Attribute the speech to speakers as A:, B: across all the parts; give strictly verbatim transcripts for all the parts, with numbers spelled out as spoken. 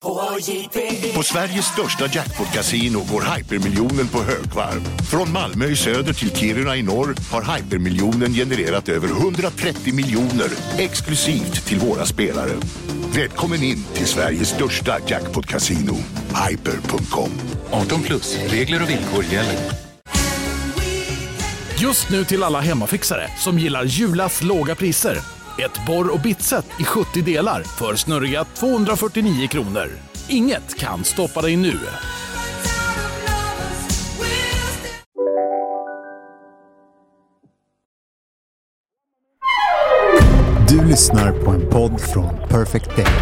A: På Sveriges största jackpot-casino går hypermiljonen på högvarv. Från Malmö i söder till Kiruna i norr har hypermiljonen genererat över hundratrettio miljoner exklusivt till våra spelare. Välkommen in till Sveriges största jackpot-casino, hyper punkt com.
B: arton plus, regler och villkor gäller.
C: Just nu till alla hemmafixare som gillar Julas låga priser. Ett borr- och bitset i sjuttio delar för snurriga tvåhundrafyrtionio kronor. Inget kan stoppa dig nu.
D: Du lyssnar på en podd från Perfect Day.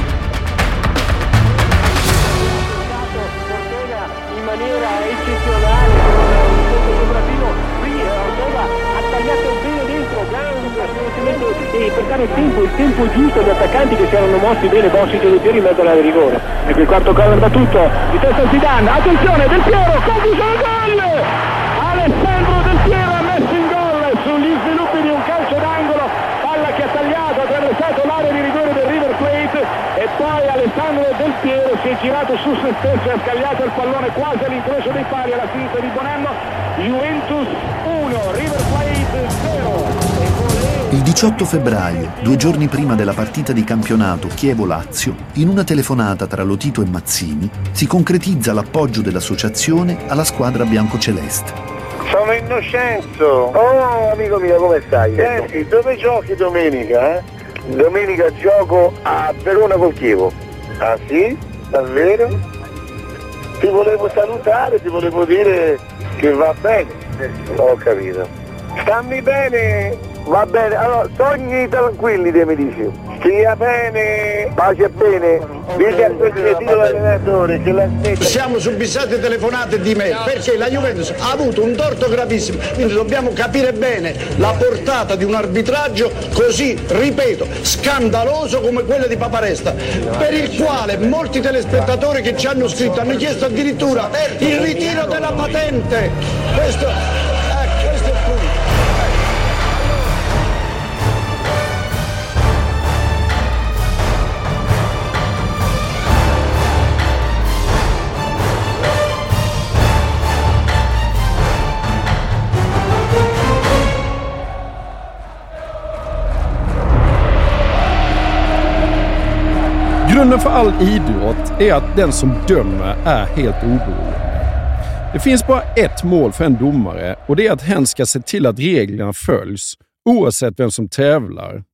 E: E per dare il tempo, il tempo giusto agli attaccanti che si erano mossi bene, Bossi e Del Piero in mezzo all'area di rigore. Ecco il quarto corner battuto, di testa Zidane, attenzione Del Piero, conclusione gol! Alessandro Del Piero ha messo in gol sugli sviluppi di un calcio d'angolo, palla che ha tagliato, ha attraversato l'area di rigore del River Plate e poi Alessandro Del Piero si è girato su se stesso e ha scagliato il pallone quasi all'incrocio dei pali alla sinistra di Bonanno. Juventus uno, River Plate zero.
F: Il diciotto febbraio, due giorni prima della partita di campionato Chievo-Lazio, in una telefonata tra Lotito e Mazzini, si concretizza l'appoggio dell'associazione alla squadra biancoceleste.
G: Sono Innocenzo. Oh, amico mio, come stai? Senti, dove giochi domenica? Eh? Domenica gioco a Verona col Chievo. Ah sì? Davvero? Ti volevo salutare, ti volevo dire che va bene. Ho capito. Stammi bene? Va bene, allora sogni tranquilli te mi dici. Stia bene, pace bene. Dici a quel direttivo l'allenatore che la smetta.
H: Siamo subissati telefonate di me perché la Juventus ha avuto un torto gravissimo, quindi dobbiamo capire bene la portata di un arbitraggio così, ripeto, scandaloso come quello di Paparesta, per il quale molti telespettatori che ci hanno scritto hanno chiesto addirittura il ritiro della patente. Questo, eh, questo è il punto.
I: Grunden för all idrott är att den som dömer är helt oberoende. Det finns bara ett mål för en domare och det är att hen ska se till att reglerna följs oavsett vem som tävlar.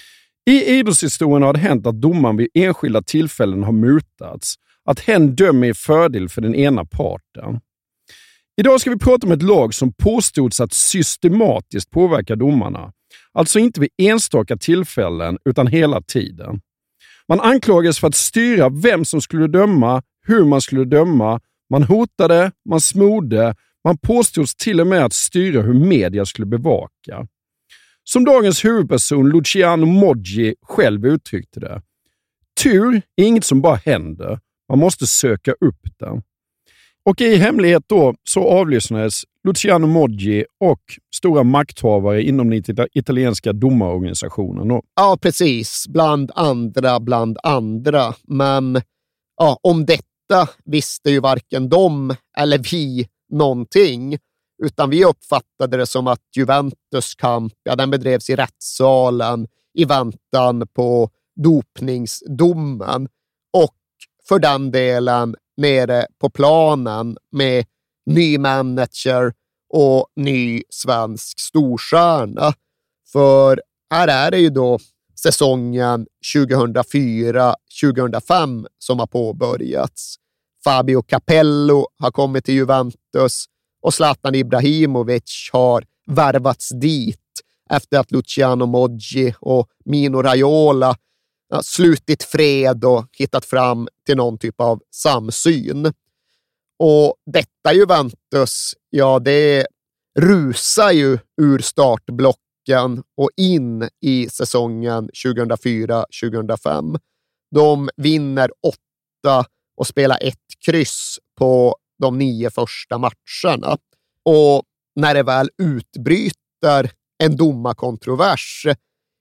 I: I idrottshistorien har det hänt att domaren vid enskilda tillfällen har mutats, att hen dömer i fördel för den ena parten. Idag ska vi prata om ett lag som påstods att systematiskt påverka domarna. Alltså inte vid enstaka tillfällen utan hela tiden. Man anklagades för att styra vem som skulle döma, hur man skulle döma, man hotade, man smorde, man påstods till och med att styra hur media skulle bevaka. Som dagens huvudperson Luciano Moggi själv uttryckte det. Tur är inget som bara händer, man måste söka upp den. Och i hemlighet då så avlyssnades Luciano Moggi och stora makthavare inom den italienska domarorganisationen.
J: Ja, precis. Bland andra, bland andra. Men ja, om detta visste ju varken de eller vi någonting. Utan vi uppfattade det som att Juventus kamp, ja, den bedrevs i rättssalen i väntan på dopningsdomen. Och för den delen nere på planen med ny manager och ny svensk storstjärna. För här är det ju då säsongen tjugohundrafyra tjugohundrafem som har påbörjats. Fabio Capello har kommit till Juventus och Zlatan Ibrahimovic har värvats dit efter att Luciano Moggi och Mino Raiola har slutit fred och hittat fram till någon typ av samsyn. Och detta Juventus, ja, det rusar ju ur startblocken och in i säsongen tjugohundrafyra tjugohundrafem. De vinner åtta och spelar ett kryss på de nio första matcherna. Och när det väl utbryter en domarkontrovers,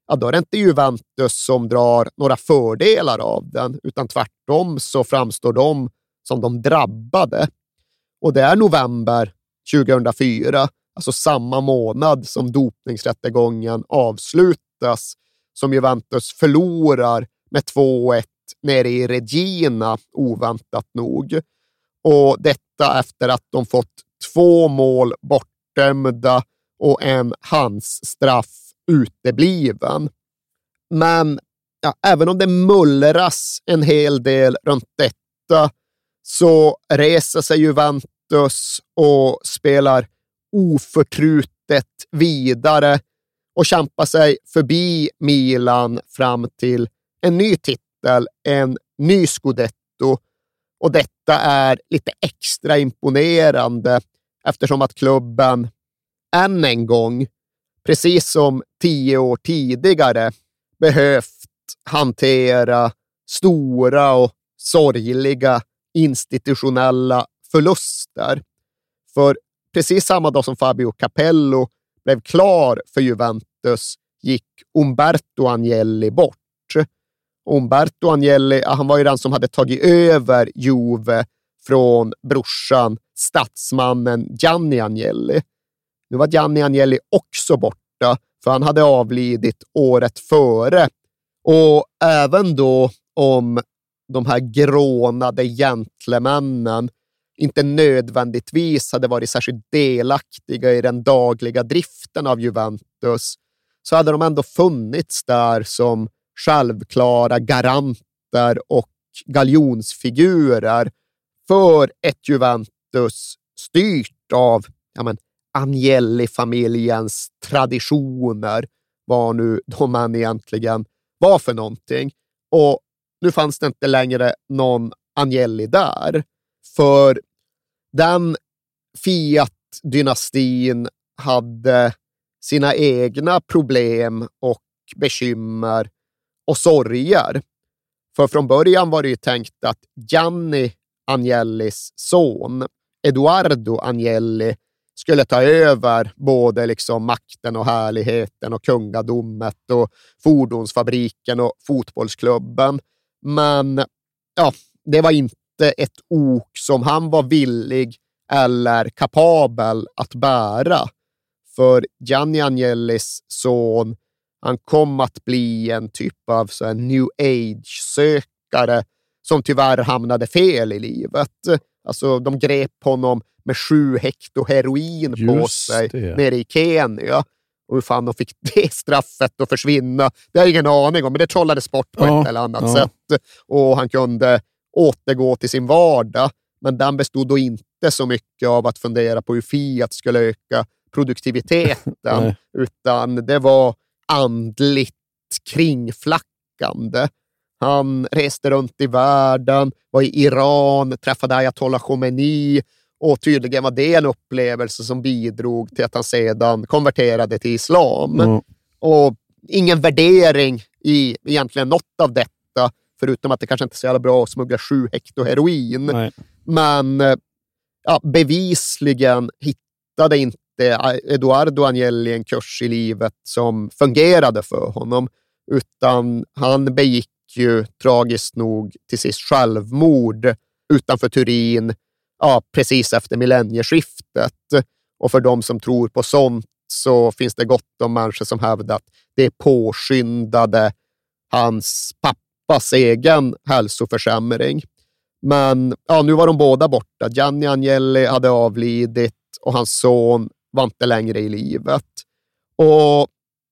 J: ja, då är det inte Juventus som drar några fördelar av den, utan tvärtom så framstår de som de drabbade. Och det är november tjugohundrafyra, alltså samma månad som dopningsrättegången avslutas, som Juventus förlorar med två ett nere i Regina, oväntat nog. Och detta efter att de fått två mål bortdömda och en handsstraff utebliven. Men ja, även om det mullras en hel del runt detta, så reser sig Juventus och spelar oförtrutet vidare och kämpar sig förbi Milan fram till en ny titel, en ny Scudetto. Och detta är lite extra imponerande eftersom att klubben än en gång, precis som tio år tidigare, behövt hantera stora och sorgliga institutionella förluster. För precis samma dag som Fabio Capello blev klar för Juventus gick Umberto Agnelli bort. Umberto Agnelli, han var ju den som hade tagit över Juve från brorsan, statsmannen Gianni Agnelli. Nu var Gianni Agnelli också borta, för han hade avlidit året före. Och även då om de här grånade gentlemännen inte nödvändigtvis hade varit särskilt delaktiga i den dagliga driften av Juventus, så hade de ändå funnits där som självklara garanter och galjonsfigurer för ett Juventus styrt av ja men, Agnelli-familjens traditioner, vad nu de än egentligen var för någonting. Och nu fanns det inte längre någon Agnelli där, för den Fiat-dynastin hade sina egna problem och bekymmer och sorger. För från början var det ju tänkt att Gianni Agnellis son, Edoardo Agnelli, skulle ta över både liksom makten och härligheten och kungadomet och fordonsfabriken och fotbollsklubben. Men ja, det var inte ett ok som han var villig eller kapabel att bära. För Gianni Agnellis son, han kom att bli en typ av så en new age-sökare som tyvärr hamnade fel i livet. Alltså de grep honom med sju hekto heroin Just på sig det. nere i Kenya. Och hur fan de fick det straffet att försvinna, det har jag ingen aning om, men det trollades bort på ja, ett eller annat ja. sätt. Och han kunde återgå till sin vardag, men den bestod då inte så mycket av att fundera på hur Fiat skulle öka produktiviteten, utan det var andligt kringflackande. Han reste runt i världen, var i Iran, träffade Ayatollah Khomeini, och tydligen var det en upplevelse som bidrog till att han sedan konverterade till islam. Mm. Och ingen värdering i egentligen något av detta, förutom att det kanske inte är så jävla bra att smuggla sju hekto heroin. Nej. Men ja, bevisligen hittade inte Edoardo Agnelli en kurs i livet som fungerade för honom, utan han begick ju tragiskt nog till sist självmord utanför Turin, ja, precis efter millennieskiftet. Och för de som tror på sånt så finns det gott om människor som hävdar att det påskyndade hans pappas egen hälsoförsämring. Men ja, nu var de båda borta. Gianni Agnelli hade avlidit och hans son var inte längre i livet. Och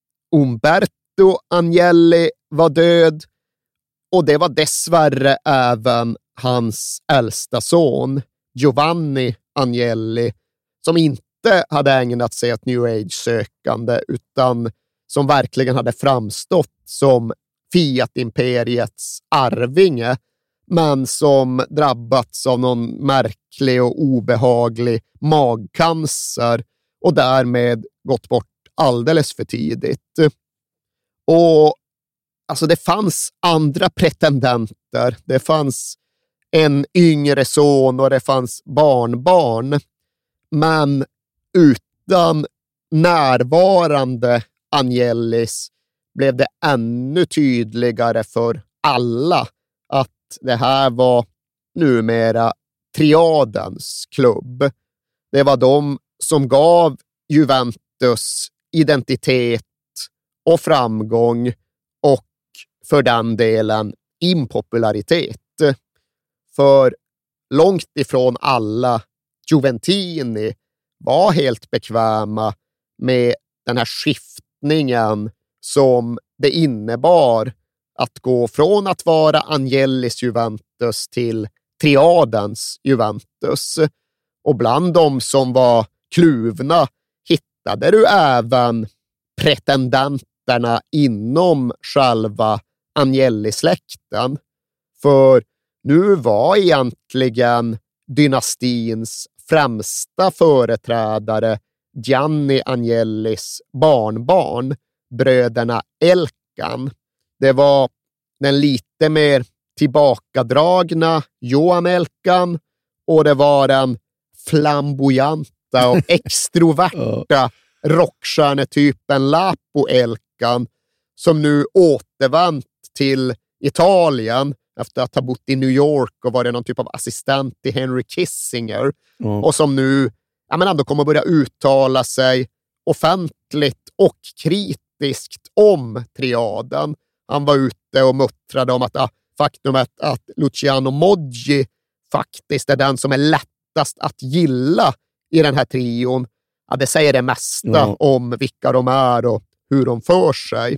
J: Umberto Agnelli var död, och det var dessvärre även hans äldsta son Giovanni Agnelli, som inte hade ägnat sig åt new age-sökande utan som verkligen hade framstått som Fiat-imperiets arvinge, men som drabbats av någon märklig och obehaglig magcancer och därmed gått bort alldeles för tidigt. Och alltså det fanns andra pretendenter. Det fanns en yngre son och det fanns barnbarn. Men utan närvarande Agnellis blev det ännu tydligare för alla att det här var numera triadens klubb. Det var de som gav Juventus identitet och framgång och för den delen impopularitet. För långt ifrån alla Juventini var helt bekväma med den här skiftningen som det innebar att gå från att vara Agnellis Juventus till triadens Juventus. Och bland de som var kluvna hittade du även pretendenterna inom själva Agnelli-släkten. För nu var egentligen dynastins främsta företrädare Gianni Agnellis barnbarn, bröderna Elkan. Det var den lite mer tillbakadragna Johan Elkan och det var den flamboyanta och extroverta rockstjärnetypen Lapo Elkan som nu återvänt till Italien efter att ha bott i New York och varit någon typ av assistent till Henry Kissinger mm. och som nu ja, men ändå kommer börja uttala sig offentligt och kritiskt om triaden. Han var ute och muttrade om att ah, faktumet att Luciano Moggi faktiskt är den som är lättast att gilla i den här trion. Ja, det säger det mesta mm. om vilka de är och hur de för sig.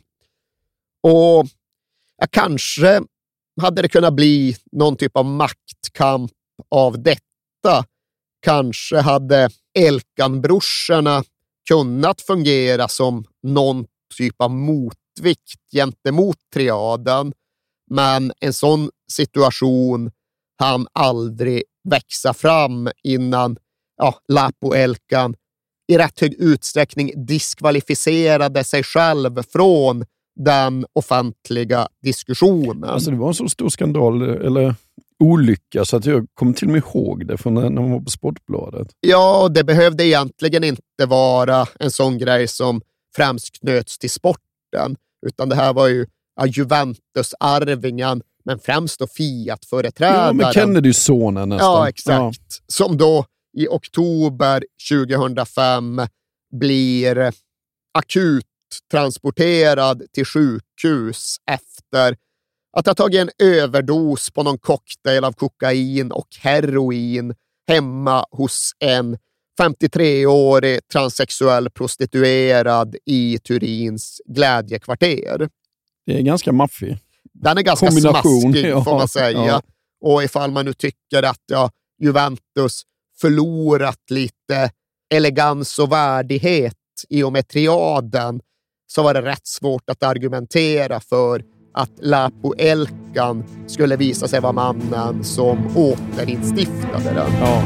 J: Och ja, kanske hade det kunnat bli någon typ av maktkamp av detta. Kanske hade Elkan-brorsorna kunnat fungera som någon typ av motvikt gentemot triaden. Men en sån situation hann aldrig växa fram innan ja, Lapo Elkan i rätt hög utsträckning diskvalificerade sig själv från den offentliga diskussionen.
I: Alltså det var en så stor skandal eller olycka så att jag kommer till och med ihåg det från när man var på Sportbladet.
J: Ja, det behövde egentligen inte vara en sån grej som främst knöts till sporten, utan det här var ju ja, Juventus-arvingen, men främst då Fiat-företrädaren.
I: Ja, men Kennedy-sonen nästan.
J: Ja, exakt. Ja. Som då i oktober tjugohundrafem blir akut transporterad till sjukhus efter att ha tagit en överdos på någon cocktail av kokain och heroin hemma hos en femtiotreårig transsexuell prostituerad i Turins glädjekvarter.
I: Det är ganska maffig.
J: Den är ganska smaskig ja, får man säga. Ja. Och ifall man nu tycker att ja, Juventus förlorat lite elegans och värdighet i och med triaden, så var det rätt svårt att argumentera för att Lapo Elkan skulle visa sig vara mannen som återinstiftade den.
I: Ja.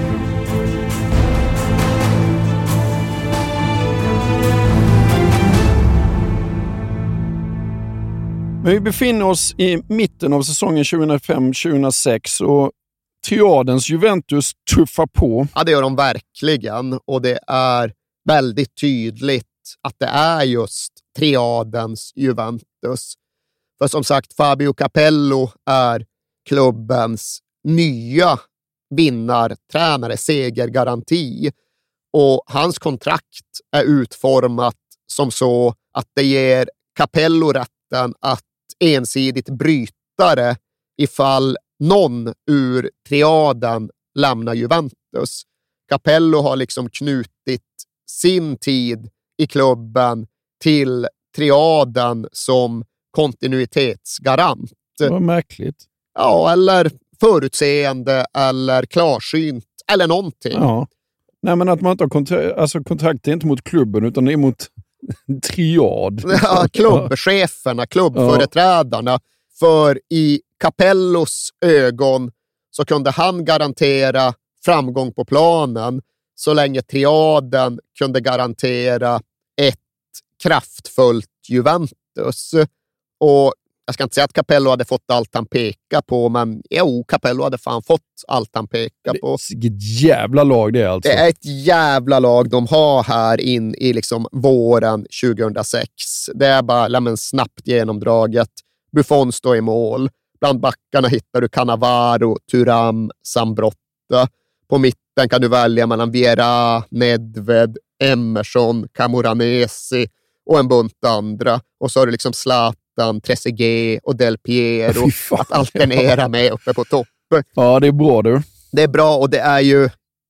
I: Men vi befinner oss i mitten av säsongen tjugohundrafem tjugohundrasex och triadens Juventus tuffar på.
J: Ja, det gör de verkligen och det är väldigt tydligt att det är just triadens Juventus. För som sagt, Fabio Capello är klubbens nya vinnartränare, segergaranti. Och hans kontrakt är utformat som så att det ger Capello rätten att ensidigt bryta det ifall någon ur triaden lämnar Juventus. Capello har liksom knutit sin tid i klubben till triaden som kontinuitetsgarant.
I: Vad märkligt.
J: Ja, eller förutseende eller klarsynt eller någonting.
I: Ja. Nej, men att man inte har kontrakt, alltså kontrakt är inte mot klubben utan det är mot triad.
J: Ja, klubbcheferna, klubbföreträdarna. Ja. För i Capellos ögon så kunde han garantera framgång på planen så länge triaden kunde garantera ett kraftfullt Juventus. Och jag ska inte säga att Capello hade fått allt han pekar på, men jo, Capello hade fan fått allt han pekar på.
I: Vilket jävla lag det är alltså.
J: Det är ett jävla lag de har här in i liksom våren tjugohundrasex. Det är bara lämmen snabbt genomdraget. Buffon står i mål. Bland backarna hittar du Cannavaro, Thuram, Zambrotta. På mitten kan du välja mellan Vieira, Nedved, Emerson, Camoranesi och en bunt andra. Och så har du liksom Zlatan, Trezeguet och Del Piero att alternera med uppe på topp.
I: Ja, det är bra du.
J: Det är bra och det är ju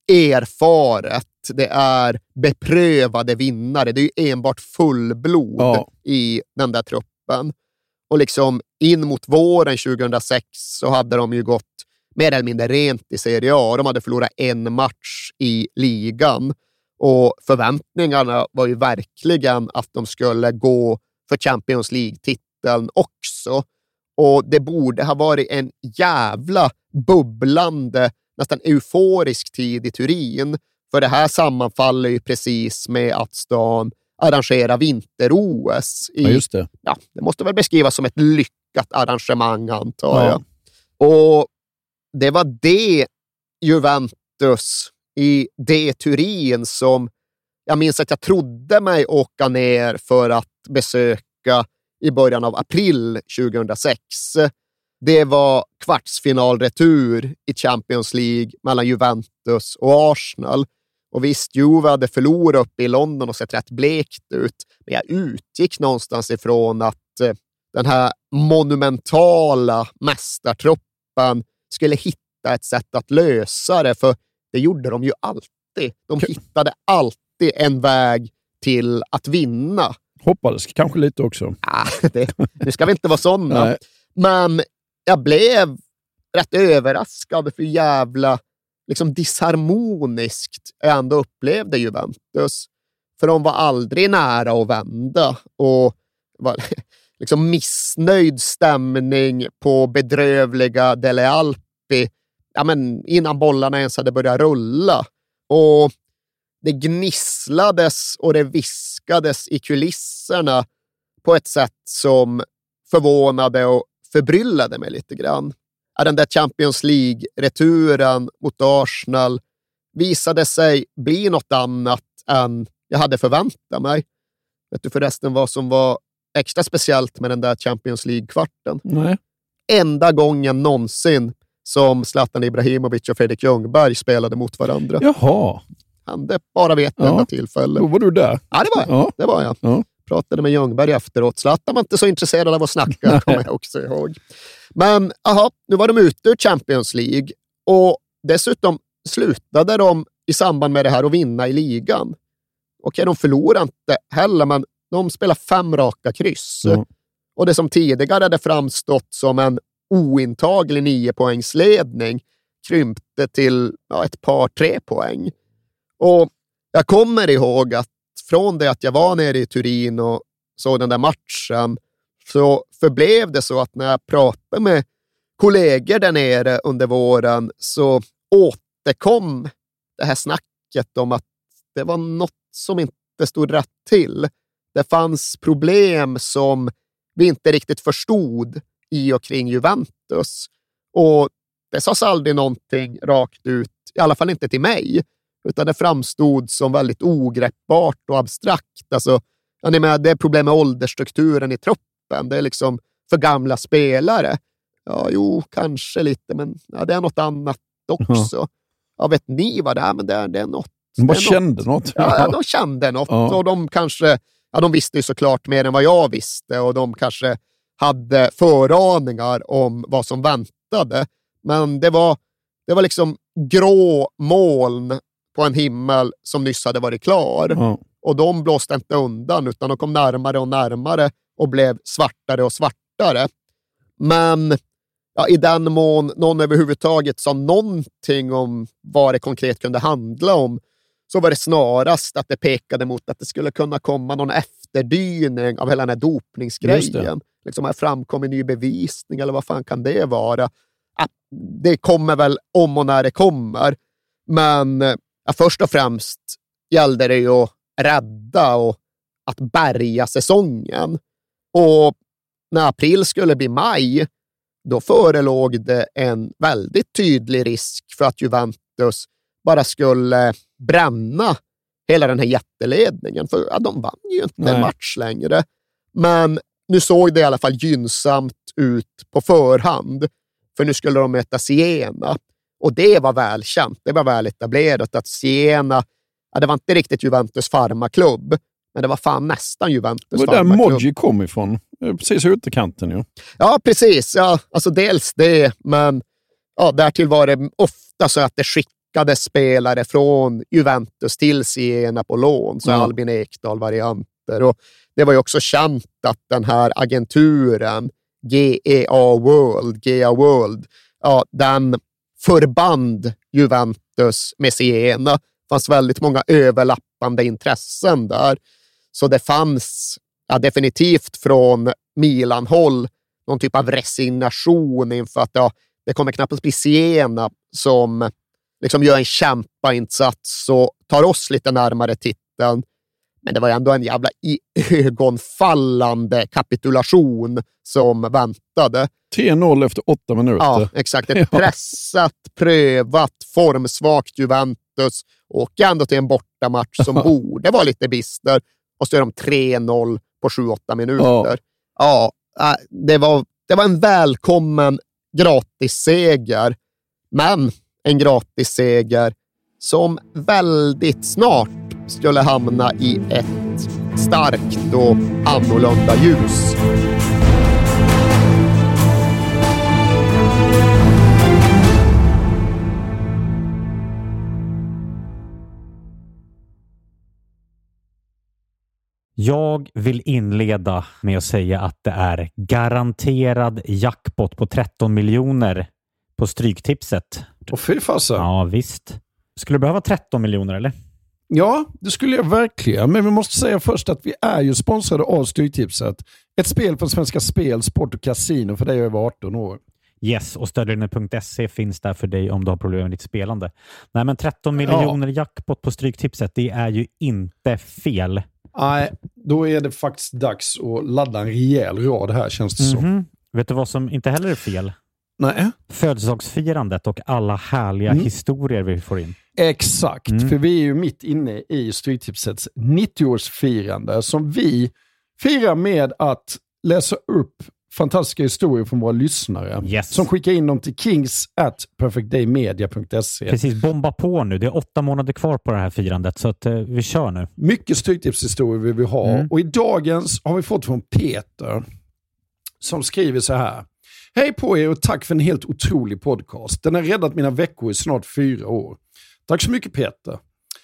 J: erfaret. Det är beprövade vinnare. Det är ju enbart fullblod ja. i den där truppen. Och liksom in mot våren tjugohundrasex så hade de ju gått mer eller mindre rent i Serie A. De hade förlorat en match i ligan. Och förväntningarna var ju verkligen att de skulle gå för Champions League-titeln också. Och det borde ha varit en jävla bubblande, nästan euforisk tid i Turin. För det här sammanfaller ju precis med att stan arrangera vinter-O S. I,
I: ja, just det.
J: Ja, det måste väl beskrivas som ett lyckat arrangemang, antar jag. Ja. Och det var det Juventus i det Turin som jag minns att jag trodde mig åka ner för att besöka i början av april tjugohundrasex. Det var kvartsfinalretur i Champions League mellan Juventus och Arsenal. Och visst, Juve hade förlorat upp i London och sett rätt blekt ut. Men jag utgick någonstans ifrån att den här monumentala mästartruppen skulle hitta ett sätt att lösa det. För det gjorde de ju alltid. De hittade alltid en väg till att vinna.
I: Hoppades kanske lite också.
J: Ja, det, nu ska vi inte vara sådana. Nej. Men jag blev rätt överraskad för jävla liksom disharmoniskt jag ändå upplevde Juventus. För de var aldrig nära att vända. Och var liksom missnöjd stämning på bedrövliga Delle Alpi. Ja, men innan bollarna ens hade börjat rulla. Och det gnisslades och det viskades i kulisserna på ett sätt som förvånade och förbryllade mig lite grann. Den där Champions League-returen mot Arsenal visade sig bli något annat än jag hade förväntat mig. Vet du förresten vad som var extra speciellt med den där Champions League-kvarten?
I: Nej.
J: Enda gången någonsin som Zlatan Ibrahimovic och Fredrik Ljungberg spelade mot varandra.
I: Jaha.
J: Hände bara vid ett ja. enda tillfälle.
I: Då var du där.
J: Ja, det var jag. Ja. Det var jag. Ja. Pratade med Ljungberg efteråt. Zlatan var inte så intresserad av att snacka, kommer jag också ihåg. Men aha, nu var de ute ur Champions League och dessutom slutade de i samband med det här att vinna i ligan. Okej, de förlorade inte heller, men de spelar fem raka kryss. Mm. Och det som tidigare hade framstått som en ointaglig nio poängsledning krympte till ja, ett par tre poäng. Och jag kommer ihåg att från det att jag var nere i Turin och såg den där matchen så förblev det så att när jag pratade med kollegor där nere under våren så återkom det här snacket om att det var något som inte stod rätt till. Det fanns problem som vi inte riktigt förstod i och kring Juventus. Och det sades aldrig någonting rakt ut, i alla fall inte till mig. Utan det framstod som väldigt ogreppbart och abstrakt. Alltså, ja, ni med, det är problem med åldersstrukturen i truppen. Det är liksom för gamla spelare. Ja, jo, kanske lite, men ja, det är något annat också. Mm. Ja, vet ni vad det är? Men det är, det är något.
I: De bara
J: något.
I: kände något.
J: Ja, ja, de kände något. Ja. Och de kanske, ja, de visste ju såklart mer än vad jag visste. Och de kanske hade föraningar om vad som väntade. Men det var, det var liksom grå moln på en himmel som nyss hade varit klar. Mm. Och de blåste inte undan utan de kom närmare och närmare och blev svartare och svartare. Men ja, i den mån någon överhuvudtaget sa någonting om vad det konkret kunde handla om så var det snarast att det pekade mot att det skulle kunna komma någon efterdyning av hela den här dopningsgrejen. Liksom här framkommer ny bevisning eller vad fan kan det vara? Att det kommer väl om och när det kommer. Men ja, först och främst gällde det ju att rädda och att bärga säsongen. Och när april skulle bli maj, då förelåg det en väldigt tydlig risk för att Juventus bara skulle bränna hela den här jätteledningen. För ja, de vann ju inte Nej. en match längre. Men nu såg det i alla fall gynnsamt ut på förhand. För nu skulle de möta Siena. Och det var välkänt. Det var väl etablerat att Siena, ja, det var inte riktigt Juventus farmaklubb. Men det var fan nästan Juventus
I: farmaklubb. Det var där Moggi kom ifrån. Precis uterkanten ju.
J: Ja, precis. Ja, alltså dels det. Men ja, därtill var det ofta så att det skickade spelare från Juventus till Siena på lån. Så ja. Albin Ekdal-varianter. Och det var ju också känt att den här agenturen G E A World, G E A World, ja, den förband Juventus med Siena. Det fanns väldigt många överlappande intressen där. Så det fanns ja, definitivt från Milan-håll någon typ av resignation inför att ja, det kommer knappast bli Siena som liksom gör en kämpainsats och tar oss lite närmare titeln. Men det var ändå en jävla ögonfallande kapitulation som väntade.
I: tre noll efter åtta minuter.
J: Ja, exakt. Ett pressat, prövat, formsvagt Juventus åker ändå till en bortamatch som borde vara lite bister. Och så är de tre noll på sju åtta minuter. Ja, ja det, var, det var en välkommen gratisseger. Men en gratisseger som väldigt snart skulle hamna i ett starkt och annorlunda ljus.
K: Jag vill inleda med att säga att det är garanterad jackpot på tretton miljoner på Stryktipset.
I: Och fy fasen.
K: Ja, visst. Skulle du behöva tretton miljoner, eller?
I: Ja, det skulle jag verkligen. Men vi måste säga först att vi är ju sponsrade av Stryktipset. Ett spel från Svenska Spel, Sport och Casino för dig över arton år.
K: Yes, och stödlinjen punkt se finns där för dig om du har problem med ditt spelande. Nej, men tretton miljoner ja. jackpot på Stryktipset, det är ju inte fel.
I: Nej, då är det faktiskt dags att ladda en rejäl rad här, känns det mm-hmm.
K: så. Vet du vad som inte heller är fel?
I: Nej.
K: Födelsedagsfirandet och alla härliga mm. historier vi får in.
I: Exakt, mm. för vi är ju mitt inne i Stryktipsets nittioårsfirande som vi firar med att läsa upp fantastiska historier från våra lyssnare
K: yes.
I: som skickar in dem till kings at perfect day media punkt se.
K: Precis, bomba på nu. Det är åtta månader kvar på det här firandet så att eh, vi kör nu.
I: Mycket Stryktipshistorier vill vi ha mm. och i dagens har vi fått från Peter som skriver så här. Hej på er och tack för en helt otrolig podcast. Den har räddat mina veckor i snart fyra år. Tack så mycket Peter.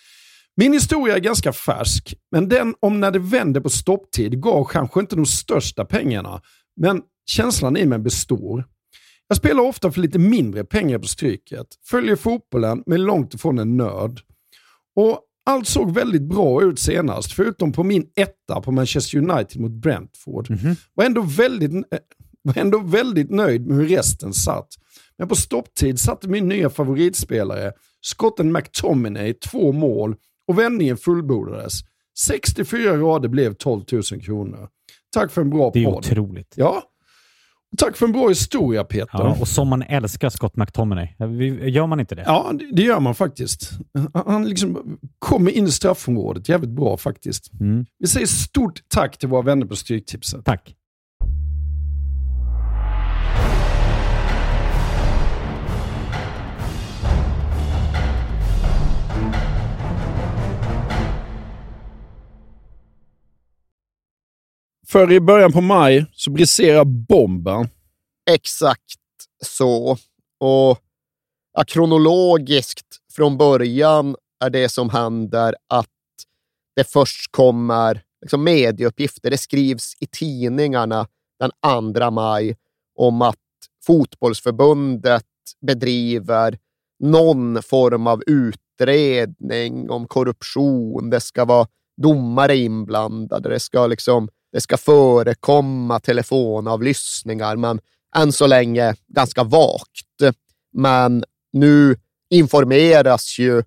I: Min historia är ganska färsk, men den om när det vände på stopptid gav kanske inte de största pengarna, men känslan i mig består. Jag spelar ofta för lite mindre pengar på Stryket, följer fotbollen men långt ifrån en nörd. Och allt såg väldigt bra ut senast, förutom på min etta på Manchester United mot Brentford. Mm-hmm. Var ändå väldigt... var ändå väldigt nöjd med hur resten satt. Men på stopptid satte min nya favoritspelare, skotten McTominay, två mål och vändningen fullbordades. sextiofyra rader blev tolv tusen kronor. Tack för en bra podd.
K: Det är podd. Otroligt.
I: Ja. Och tack för en bra historia, Peter.
K: Ja, och som man älskar Scott McTominay. Gör man inte det?
I: Ja, det gör man faktiskt. Han liksom kommer in i straffområdet jävligt bra faktiskt. Mm. Vi säger stort tack till våra vänner på Stryktipset.
K: Tack.
I: För i början på maj så briserar bomben.
J: Exakt så. Och ja, kronologiskt från början är det som händer att det först kommer liksom medieuppgifter. Det skrivs i tidningarna den andra maj om att fotbollsförbundet bedriver någon form av utredning om korruption. Det ska vara domare inblandade. Det ska liksom Det ska förekomma telefonavlyssningar, men än så länge ganska vagt. Men nu informeras ju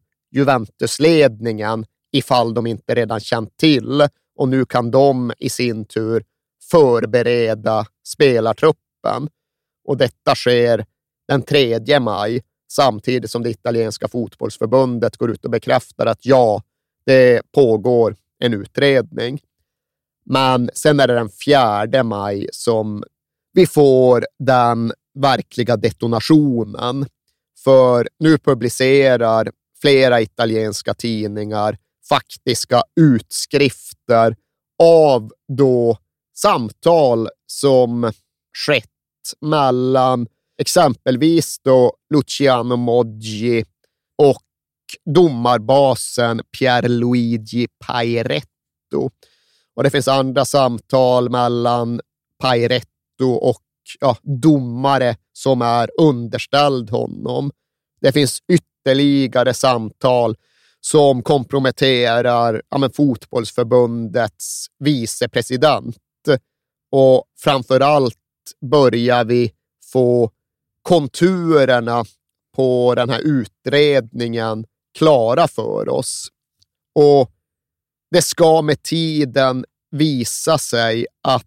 J: Juventus-ledningen ifall de inte redan känt till, och nu kan de i sin tur förbereda spelartruppen. Och detta sker den tredje maj, samtidigt som det italienska fotbollsförbundet går ut och bekräftar att ja, det pågår en utredning. Men sen är det den fjärde maj som vi får den verkliga detonationen. För nu publicerar flera italienska tidningar faktiska utskrifter av då samtal som skett mellan exempelvis då Luciano Moggi och domarbasen Pierluigi Pairetto. Och det finns andra samtal mellan Pairetto och ja, domare som är underställd honom. Det finns ytterligare samtal som komprometterar ja, men fotbollsförbundets vicepresident. Och framförallt börjar vi få konturerna på den här utredningen klara för oss. Och det ska med tiden visa sig att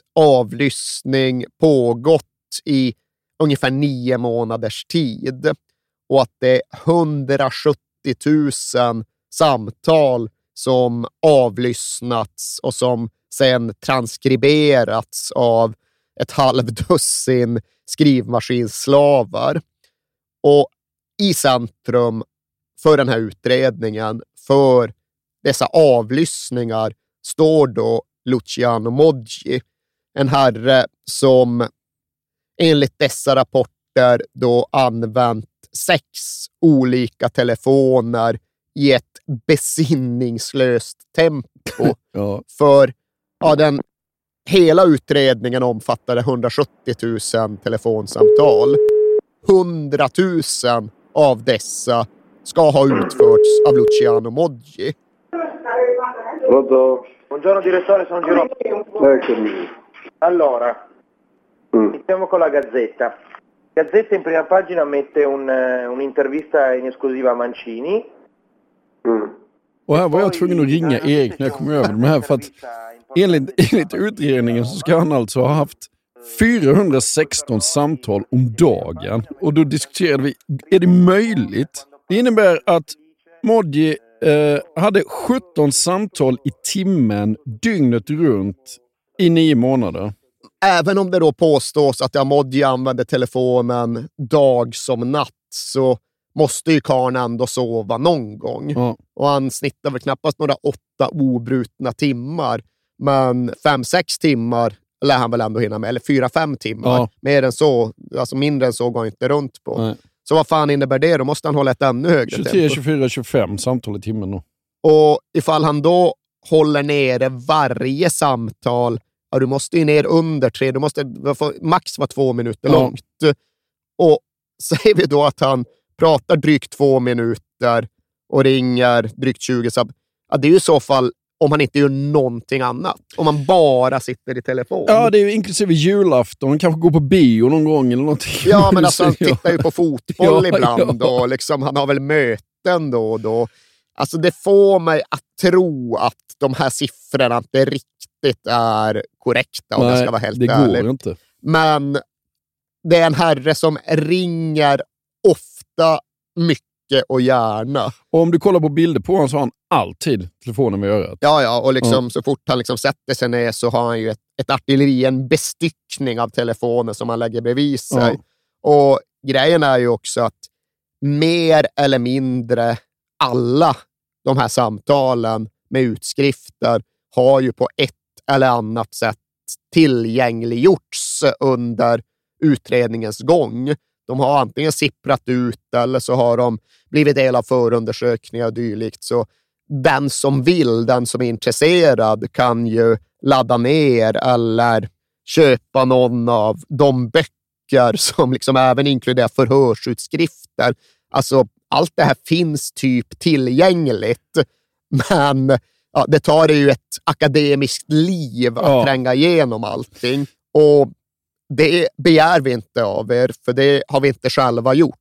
J: avlyssning pågått i ungefär nio månaders tid och att det är hundrasjuttio tusen samtal som avlyssnats och som sen transkriberats av ett halvdussin skrivmaskinsslavar. Och i centrum för den här utredningen, för dessa avlyssningar, står då Luciano Moggi, en herre som enligt dessa rapporter då använt sex olika telefoner i ett besinningslöst tempo.
I: Ja.
J: För ja, den hela utredningen omfattade hundrasjuttio tusen telefonsamtal. hundra tusen av dessa ska ha utförts av Luciano Moggi.
G: Pronto? Buongiorno direttore, sono Girolamo. Eccomi. Allora, mm. iniziamo con la Gazzetta. Gazzetta in prima pagina mette un, un'intervista in esclusiva a Mancini.
I: Mm. Och här var jag tvungen att ringa Erik när jag kom över de här, för att enligt, enligt utredningen så ska han alltså ha haft fyrahundrasexton samtal om dagen. Och då diskuterade vi, är det möjligt? Det innebär att Moggi eh, hade sjutton samtal i timmen dygnet runt i nio månader.
J: Även om det då påstås att ja, Moggi använde telefonen dag som natt, så måste ju karln ändå sova någon gång.
I: Ja.
J: Och han snittar väl knappast några åtta obrutna timmar. Men fem, sex timmar lär han väl ändå hinna med. Eller fyra, fem timmar.
I: Ja.
J: Mer än så, alltså mindre än så går han inte runt på.
I: Nej.
J: Så vad fan innebär det? Då måste han hålla ett ännu högre
I: tjugotre,
J: tempo.
I: tjugofyra, tjugofem samtal i timmen då.
J: Och ifall han då håller nere varje samtal, ja, du måste ju ner under tre, du måste max vara två minuter
I: Ja.
J: långt. Och säger vi då att han pratar drygt två minuter och ringer drygt tjugo, så ja, det är ju i så fall om han inte gör någonting annat. Om man bara sitter i telefon.
I: Ja, det är ju inklusive julafton. Han kanske går på bio någon gång eller någonting.
J: Ja, men alltså han tittar ju på fotboll
I: ja,
J: ibland
I: ja.
J: och liksom, han har väl möten då och då. Alltså det får mig att tro att de här siffrorna inte riktigt är korrekta, om
I: Nej,
J: jag ska vara helt
I: det
J: ärlig.
I: går inte.
J: Men det är en herre som ringer ofta, mycket och gärna.
I: Och om du kollar på bilder på honom så har han alltid telefonen med örat.
J: Ja, ja, och liksom,
I: Ja.
J: så fort han liksom sätter sig ner så har han ju ett, ett artilleri, en bestyckning av telefoner som han lägger bredvid sig.
I: Ja.
J: Och grejen är ju också att mer eller mindre alla de här samtalen med utskrifter har ju på ett eller annat sätt tillgängliggjorts under utredningens gång. De har antingen sipprat ut eller så har de blivit del av förundersökningar och dylikt. Så den som vill, den som är intresserad kan ju ladda ner eller köpa någon av de böcker som liksom även inkluderar förhörsutskrifter. Alltså allt det här finns typ tillgängligt, men ja, det tar ju ett akademiskt liv att
I: Ja.
J: tränga igenom allting. Och det begär vi inte av er, för det har vi inte själva gjort.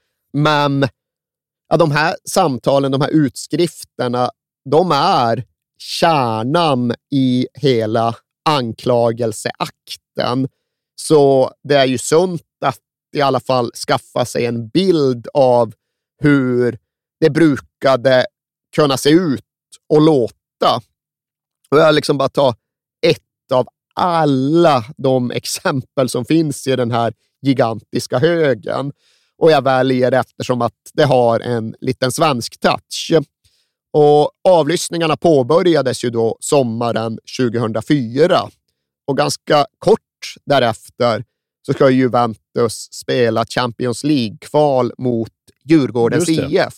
J: Men ja, de här samtalen, de här utskrifterna, de är kärnan i hela anklagelseakten. Så det är ju sunt att i alla fall skaffa sig en bild av hur det brukade kunna se ut och låta. Och jag liksom bara tar ett av alla de exempel som finns i den här gigantiska högen. Och jag väljer eftersom att det har en liten svensk touch. Och avlyssningarna påbörjades ju då sommaren tjugohundrafyra. Och ganska kort därefter så ska Juventus spela Champions League-kval mot Djurgårdens I F.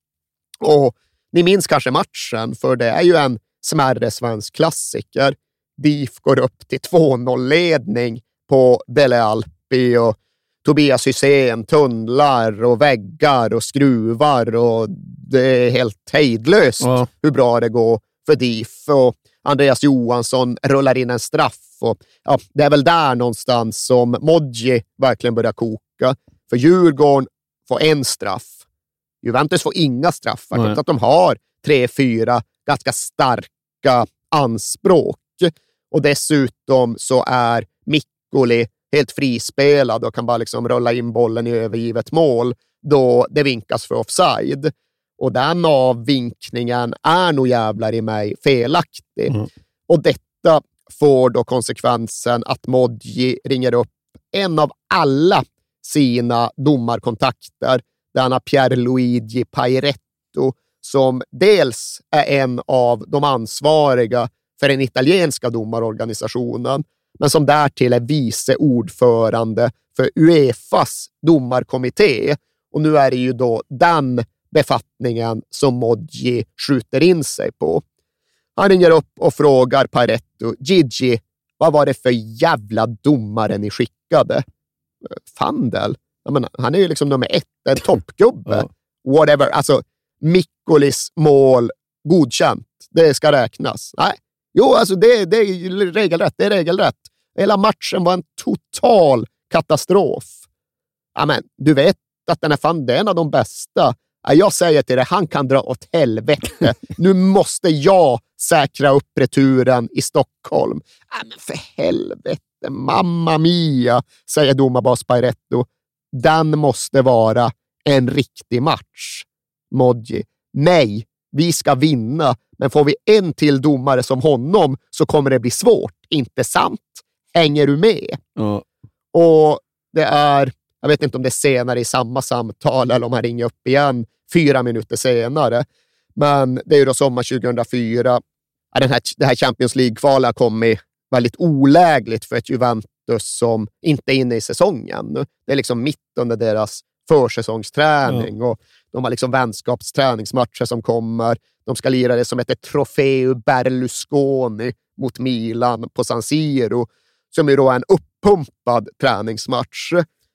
J: Och ni minns kanske matchen, för det är ju en smärre svensk klassiker. D I F går upp till två noll-ledning på Dele Alpi och Tobias Hysén tunnlar och väggar och skruvar och det är helt hejdlöst ja. hur bra det går för D I F. Och Andreas Johansson rullar in en straff och ja, det är väl där någonstans som Modji verkligen börjar koka. För Djurgården får en straff. Juventus får inga straffar. Trots att de har tre, fyra ganska starka anspråk. Och dessutom så är Mikkoli helt frispelad och kan bara liksom rulla in bollen i övergivet mål då det vinkas för offside. Och den avvinkningen är nog jävlar i mig felaktig. Mm. Och detta får då konsekvensen att Modji ringer upp en av alla sina domarkontakter, denna Pierluigi Pairetto, som dels är en av de ansvariga för den italienska domarorganisationen, men som därtill är vice ordförande för UEFAs domarkommitté. Och nu är det ju då den befattningen som Modji skjuter in sig på. Han ringer upp och frågar Pairetto: Gigi, vad var det för jävla domare ni skickade? Fandel? Jag menar, han är ju liksom nummer ett, en toppgubbe. Ja. Whatever, alltså Mikkolis mål godkänt, det ska räknas. Nej, jo alltså det, det är regelrätt, det är regelrätt. Hela matchen var en total katastrof. Ja, men du vet att den är fan det är en av de bästa. Ja, jag säger till dig, han kan dra åt helvete. Nu måste jag säkra upp returen i Stockholm. Ja, men för helvete, mamma mia, säger domarbas Pairetto. Den måste vara en riktig match. Modji: nej, vi ska vinna, men får vi en till domare som honom så kommer det bli svårt, inte sant? Hänger du med?
I: Ja.
J: Och det är, jag vet inte om det är senare i samma samtal eller om han ringer upp igen fyra minuter senare, men det är ju då sommar tjugohundrafyra. Den här, det här Champions League-kvalet har kommit väldigt olägligt för ett Juventus som inte är inne i säsongen. Det är liksom mitt under deras försäsongsträning och de har liksom vänskapsträningsmatcher som kommer. De ska lira det som heter Trofeo Berlusconi mot Milan på San Siro, som är då en uppumpad träningsmatch.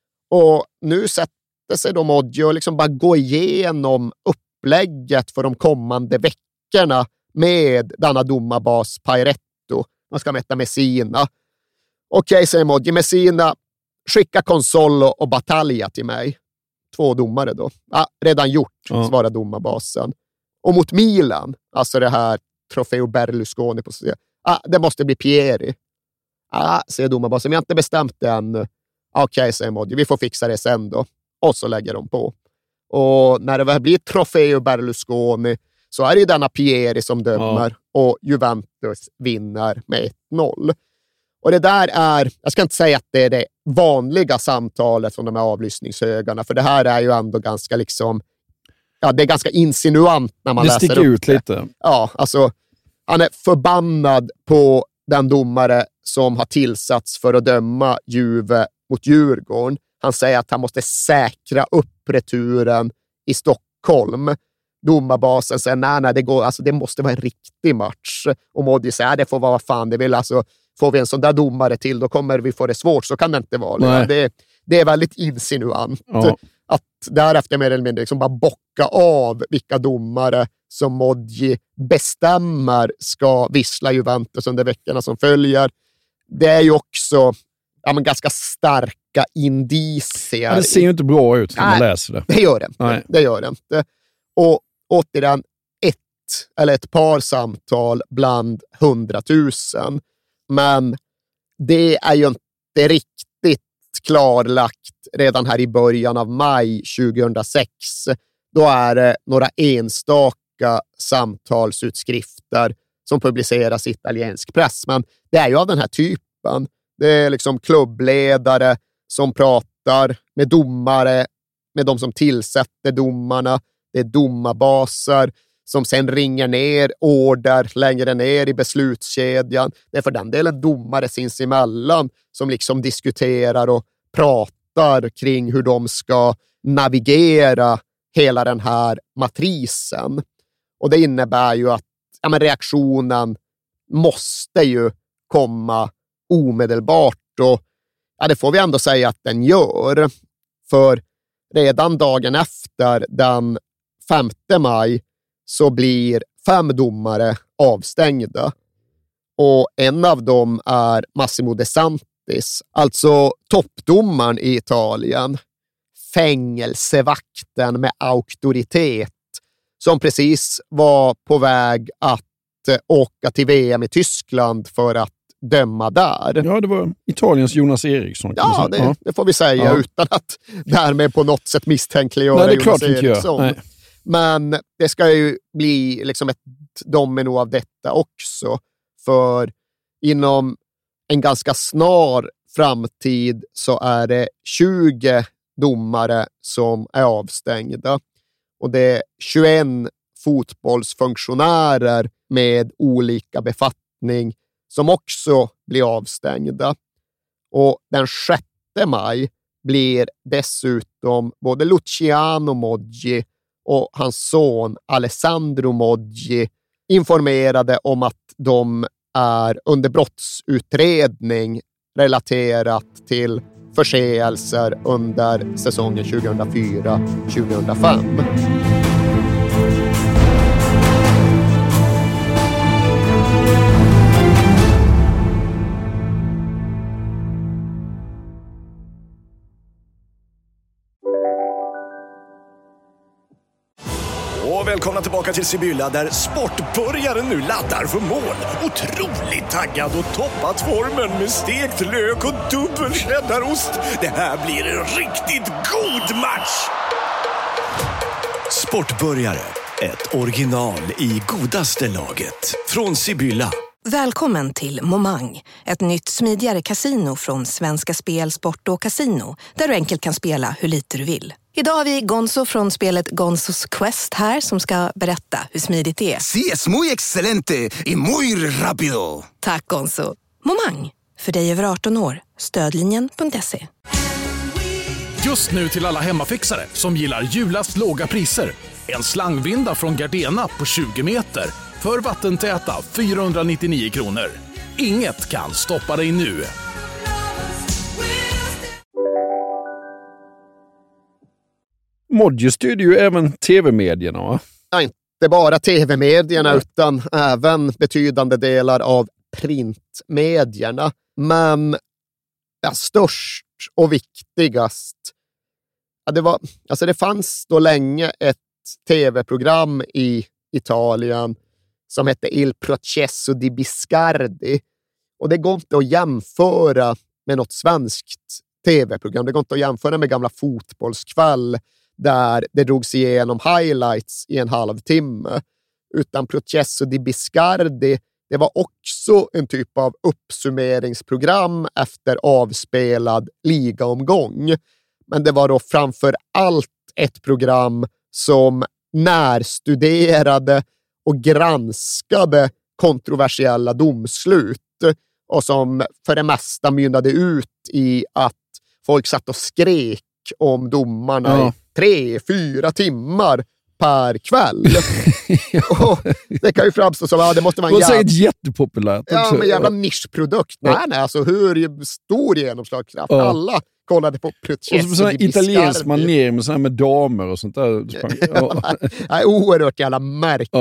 J: Och nu sätter sig de Modji och liksom bara gå igenom upplägget för de kommande veckorna med denna domarbas Pairetto. Man ska mäta Messina. Okej, säger Modji, Messina, skicka Consolo och Battaglia till mig. Två domare då. Ah, redan gjort, ja. Svarar domarbasen. Och mot Milan, alltså det här Trofeo Berlusconi på sig. Ah, det måste bli Pieri. Ah, säger domarbasen, vi har inte bestämt det ännu. Okej, okay, säger Modji, vi får fixa det sen då. Och så lägger de på. Och när det väl blir Trofeo Berlusconi så är det ju denna Pieri som dömer, ja. Och Juventus vinner med ett noll. Och det där är, jag ska inte säga att det är det vanliga samtalet från de här avlyssningshögarna, för det här är ju ändå ganska liksom, ja, det är ganska insinuant när man
I: det
J: läser upp
I: ut
J: det.
I: Lite.
J: Ja, alltså han är förbannad på den domare som har tillsatts för att döma Juve mot Djurgården. Han säger att han måste säkra upp returen i Stockholm. Domarbasen säger nej, nej, det går, alltså det måste vara en riktig match. Och Modji säger, det får vara vad fan det vill, alltså får vi en sån där domare till, då kommer vi få det svårt, så kan det inte vara. Det, det är väldigt insinuant. Ja. Att därefter mer eller mindre liksom bara bocka av vilka domare som Modji bestämmer ska vissla Juventus under veckorna som följer. Det är ju också ja, men ganska starka indicier.
I: Ja, det ser ju inte bra ut när man
J: Nej,
I: läser det.
J: Det gör det inte. Det gör det inte. Och återigen, ett eller ett par samtal bland hundratusen. Men det är ju inte riktigt klarlagt redan här i början av maj tjugohundrasex. Då är det några enstaka samtalsutskrifter som publiceras i italiensk press. Men det är ju av den här typen. Det är liksom klubbledare som pratar med domare, med de som tillsätter domarna. Det är domarbaser som sen ringer ner order längre ner i beslutskedjan. Det är för den delen domare sinsemellan som liksom diskuterar och pratar kring hur de ska navigera hela den här matrisen. Och det innebär ju att ja, men reaktionen måste ju komma omedelbart, och ja, det får vi ändå säga att den gör. För redan dagen efter, den femte maj, så blir fem domare avstängda. Och en av dem är Massimo De Santis, alltså toppdomaren i Italien. Fängelsevakten med auktoritet som precis var på väg att åka till V M i Tyskland för att döma där.
I: Ja, det var Italiens Jonas Eriksson.
J: Ja, det, ja. det får vi säga ja. utan att därmed på något sätt misstänkliggöra
I: Nej, det är
J: Jonas
I: klart
J: Eriksson.
I: Inte
J: Men det ska ju bli liksom ett domino av detta också. För inom en ganska snar framtid så är det tjugo domare som är avstängda. Och det är tjugoett fotbollsfunktionärer med olika befattning som också blir avstängda. Och den sjätte maj blir dessutom både Luciano Moggi och hans son Alessandro Moggi informerade om att de är under brottsutredning relaterat till förseelser under säsongen tjugohundrafyra tjugohundrafem.
L: Och välkomna tillbaka till Sibylla där sportbörjaren nu laddar för mål. Otroligt taggad och toppat formen med stekt lök och dubbel cheddarost. Det här blir en riktigt god match! Sportbörjare, ett original i godaste laget. Från Sibylla.
M: Välkommen till Momang, ett nytt smidigare kasino från Svenska Spel, Sport och Casino, där du enkelt kan spela hur lite du vill. Idag har vi Gonzo från spelet Gonzos Quest här som ska berätta hur smidigt det är.
N: Sí, es muy excelente y muy rápido.
M: Tack Gonzo. Momang, för dig över arton år. Stödlinjen punkt se.
C: Just nu till alla hemmafixare som gillar Julas låga priser. En slangvinda från Gardena på tjugo meter för vattentäta fyrahundranittionio kronor. Inget kan stoppa dig nu.
I: Modji styrde ju även tv-medierna, va?
J: Ja, inte bara tv-medierna ja. utan även betydande delar av printmedierna. Men ja, störst och viktigast, ja, det var, alltså det fanns då länge ett tv-program i Italien som hette Il Processo di Biscardi. Och det går inte att jämföra med något svenskt tv-program. Det går inte att jämföra med gamla Fotbollskväll där det drogs igenom highlights i en halvtimme. Utan Processo di Biscardi, det var också en typ av uppsummeringsprogram efter avspelad ligaomgång. Men det var då framför allt ett program som närstuderade och granskade kontroversiella domslut och som för det mesta mynnade ut i att folk satt och skrek om domarna ja. i tre, fyra timmar per kväll. Och det kan ju framstå som att det måste vara en
I: jävla... jättepopulärt.
J: Ja, men jävla nischprodukt. Nej, nej, alltså hur stor genomslagskraft. Ja. Alla kollade på Processo.
I: Och så sådana italiensk manér med sådana med damer och sånt där.
J: Ja. Ja, oerhört jävla märkligt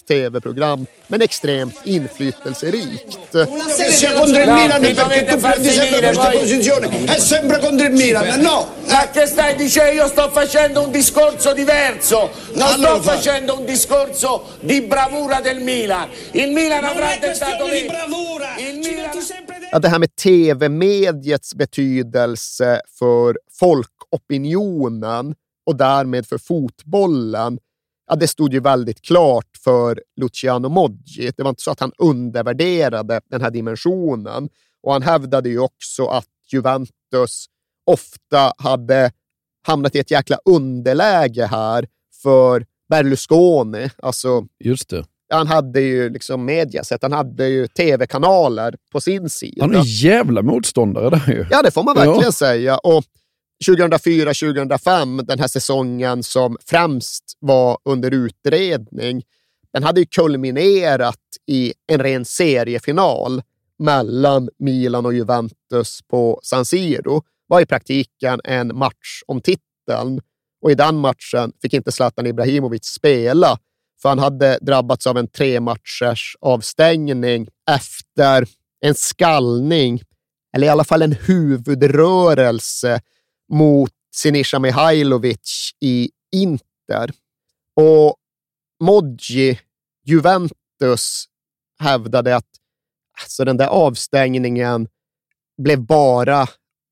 J: tv-program, men extremt inflytelserikt.
H: Sia contro il Milan perché tu prendi sempre questa posizione, è sempre contro il Milan, no?
O: Ma che stai dicendo? Io sto facendo un discorso diverso, non
H: allora
O: sto facendo un discorso di bravura del Milan. Il Milan
H: non
O: avrà
H: è
O: tentato
H: di bravura.
O: Il Milan...
J: Ja, det här med tv-mediets betydelse för folkopinionen och därmed för fotbollen, ja, det stod ju väldigt klart för Luciano Moggi. Det var inte så att han undervärderade den här dimensionen. Och han hävdade ju också att Juventus ofta hade hamnat i ett jäkla underläge här för Berlusconi. Alltså,
I: just det.
J: Han hade ju liksom mediaset, han hade ju tv-kanaler på sin sida.
I: Han är en jävla motståndare där ju.
J: Ja, det får man verkligen
I: ja.
J: säga. Och tjugohundrafyra tjugohundrafem, den här säsongen som främst var under utredning, den hade ju kulminerat i en ren seriefinal mellan Milan och Juventus på San Siro. Var i praktiken en match om titeln. Och i den matchen fick inte Zlatan Ibrahimovic spela, för han hade drabbats av en tre matchers avstängning efter en skallning, eller i alla fall en huvudrörelse mot Sinisa Mihajlovic i Inter. Och Moggi, Juventus, hävdade att alltså, den där avstängningen blev bara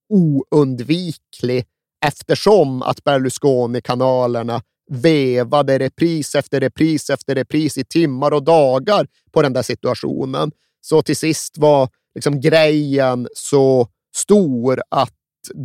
J: oundviklig eftersom att Berlusconi-kanalerna vevade repris efter repris efter repris i timmar och dagar på den där situationen. Så till sist var liksom grejen så stor att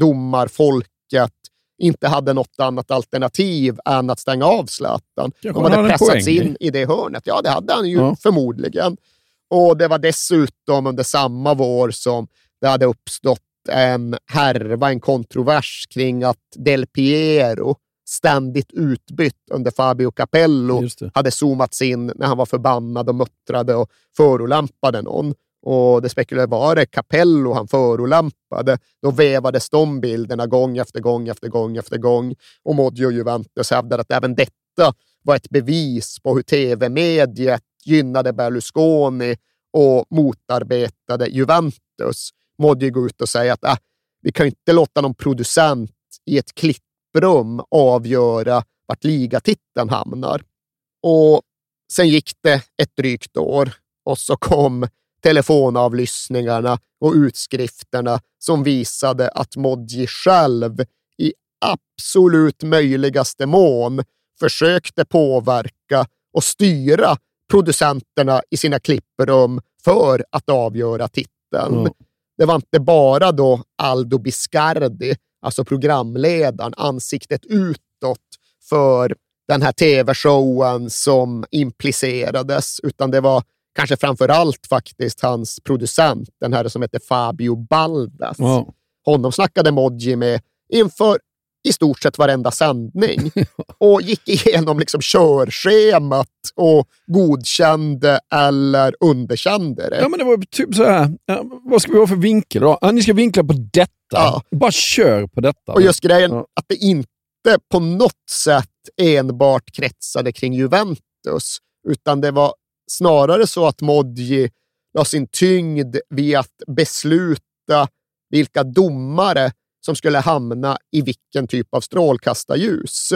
J: domarfolket inte hade något annat alternativ än att stänga av Zlatan. De hade pressats in i det hörnet. Ja, det hade han ju ja. förmodligen. Och det var dessutom under samma vår som det hade uppstått en härva, en kontrovers kring att Del Piero, ständigt utbytt under Fabio Capello, hade zoomats in när han var förbannad och muttrade och förolämpade någon. Och det spekulerade, var det Capello han förolämpade? Då vevades de bilderna gång efter gång efter gång efter gång. Och Moggi och Juventus hävdade att även detta var ett bevis på hur tv-mediet gynnade Berlusconi och motarbetade Juventus. Moggi går ut och säger att äh, vi kan inte låta någon producent i ett klipprum avgöra vart ligatiteln hamnar. Och sen gick det ett drygt år och så kom telefonavlyssningarna och utskrifterna som visade att Moggi själv i absolut möjligaste mån försökte påverka och styra producenterna i sina klipprum för att avgöra titeln. Mm. Det var inte bara då Aldo Biscardi, alltså programledaren, ansiktet utåt för den här tv-showen som implicerades, utan det var kanske framförallt faktiskt hans producent, den här som heter Fabio Baldas. Wow. Honom snackade Moggi med inför i stort sett varenda sändning och gick igenom liksom körschemat och godkände eller underkände det.
I: Ja, men det var typ så här, vad ska vi ha för vinkel då? Ja, ni ska vinkla på detta. Ja. Bara kör på detta.
J: Och just grejen ja. att det inte på något sätt enbart kretsade kring Juventus, utan det var snarare så att Moggi la sin tyngd vid att besluta vilka domare som skulle hamna i vilken typ av strålkastarljus.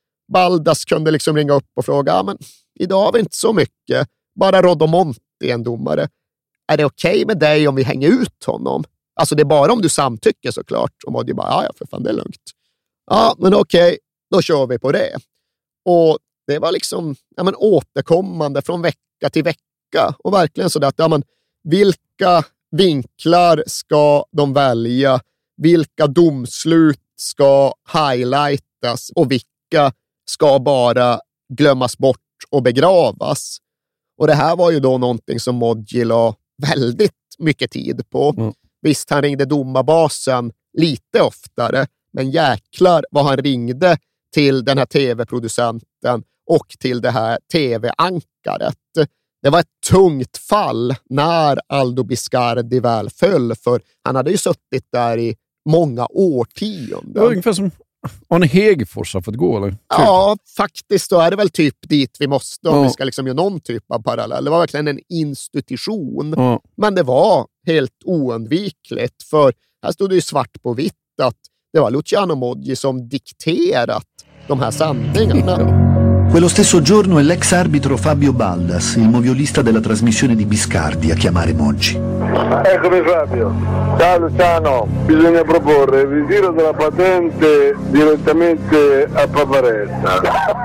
J: Baldas kunde liksom ringa upp och fråga, ja, men idag har vi inte så mycket, bara Rodomonti är en domare. Är det okej okay med dig om vi hänger ut honom? Alltså det är bara om du samtycker såklart. Och Moggi bara, ja, ja för fan det är lugnt. Ja, men okej, okay, då kör vi på det. Och det var liksom ja, men, återkommande från vecka till vecka. Och verkligen så att ja, men, vilka vinklar ska de välja? Vilka domslut ska highlightas? Och vilka ska bara glömmas bort och begravas? Och det här var ju då någonting som Moggi la väldigt mycket tid på. Mm. Visst, han ringde domarbasen lite oftare, men jäklar vad han ringde till den här tv-producenten och till det här tv-ankaret. Det var ett tungt fall när Aldo Biscardi väl föll, för han hade ju suttit där i många årtionden.
I: Det var ungefär som Arne Hegerfors har fått gå, eller?
J: Ja, faktiskt då är det väl typ dit vi måste om
I: ja.
J: vi ska liksom göra någon typ av parallell. Det var verkligen en institution,
I: ja.
J: men det var helt oundvikligt, för här stod det ju svart på vitt att det var Luciano Moggi som dikterat de här sändningarna.
F: Quello stesso giorno è l'ex arbitro Fabio Baldas, il moviolista della trasmissione di Biscardi, a chiamare Moggi.
G: Eccomi Fabio. Ciao Luciano, bisogna proporre il ritiro della patente direttamente a Pavaretta.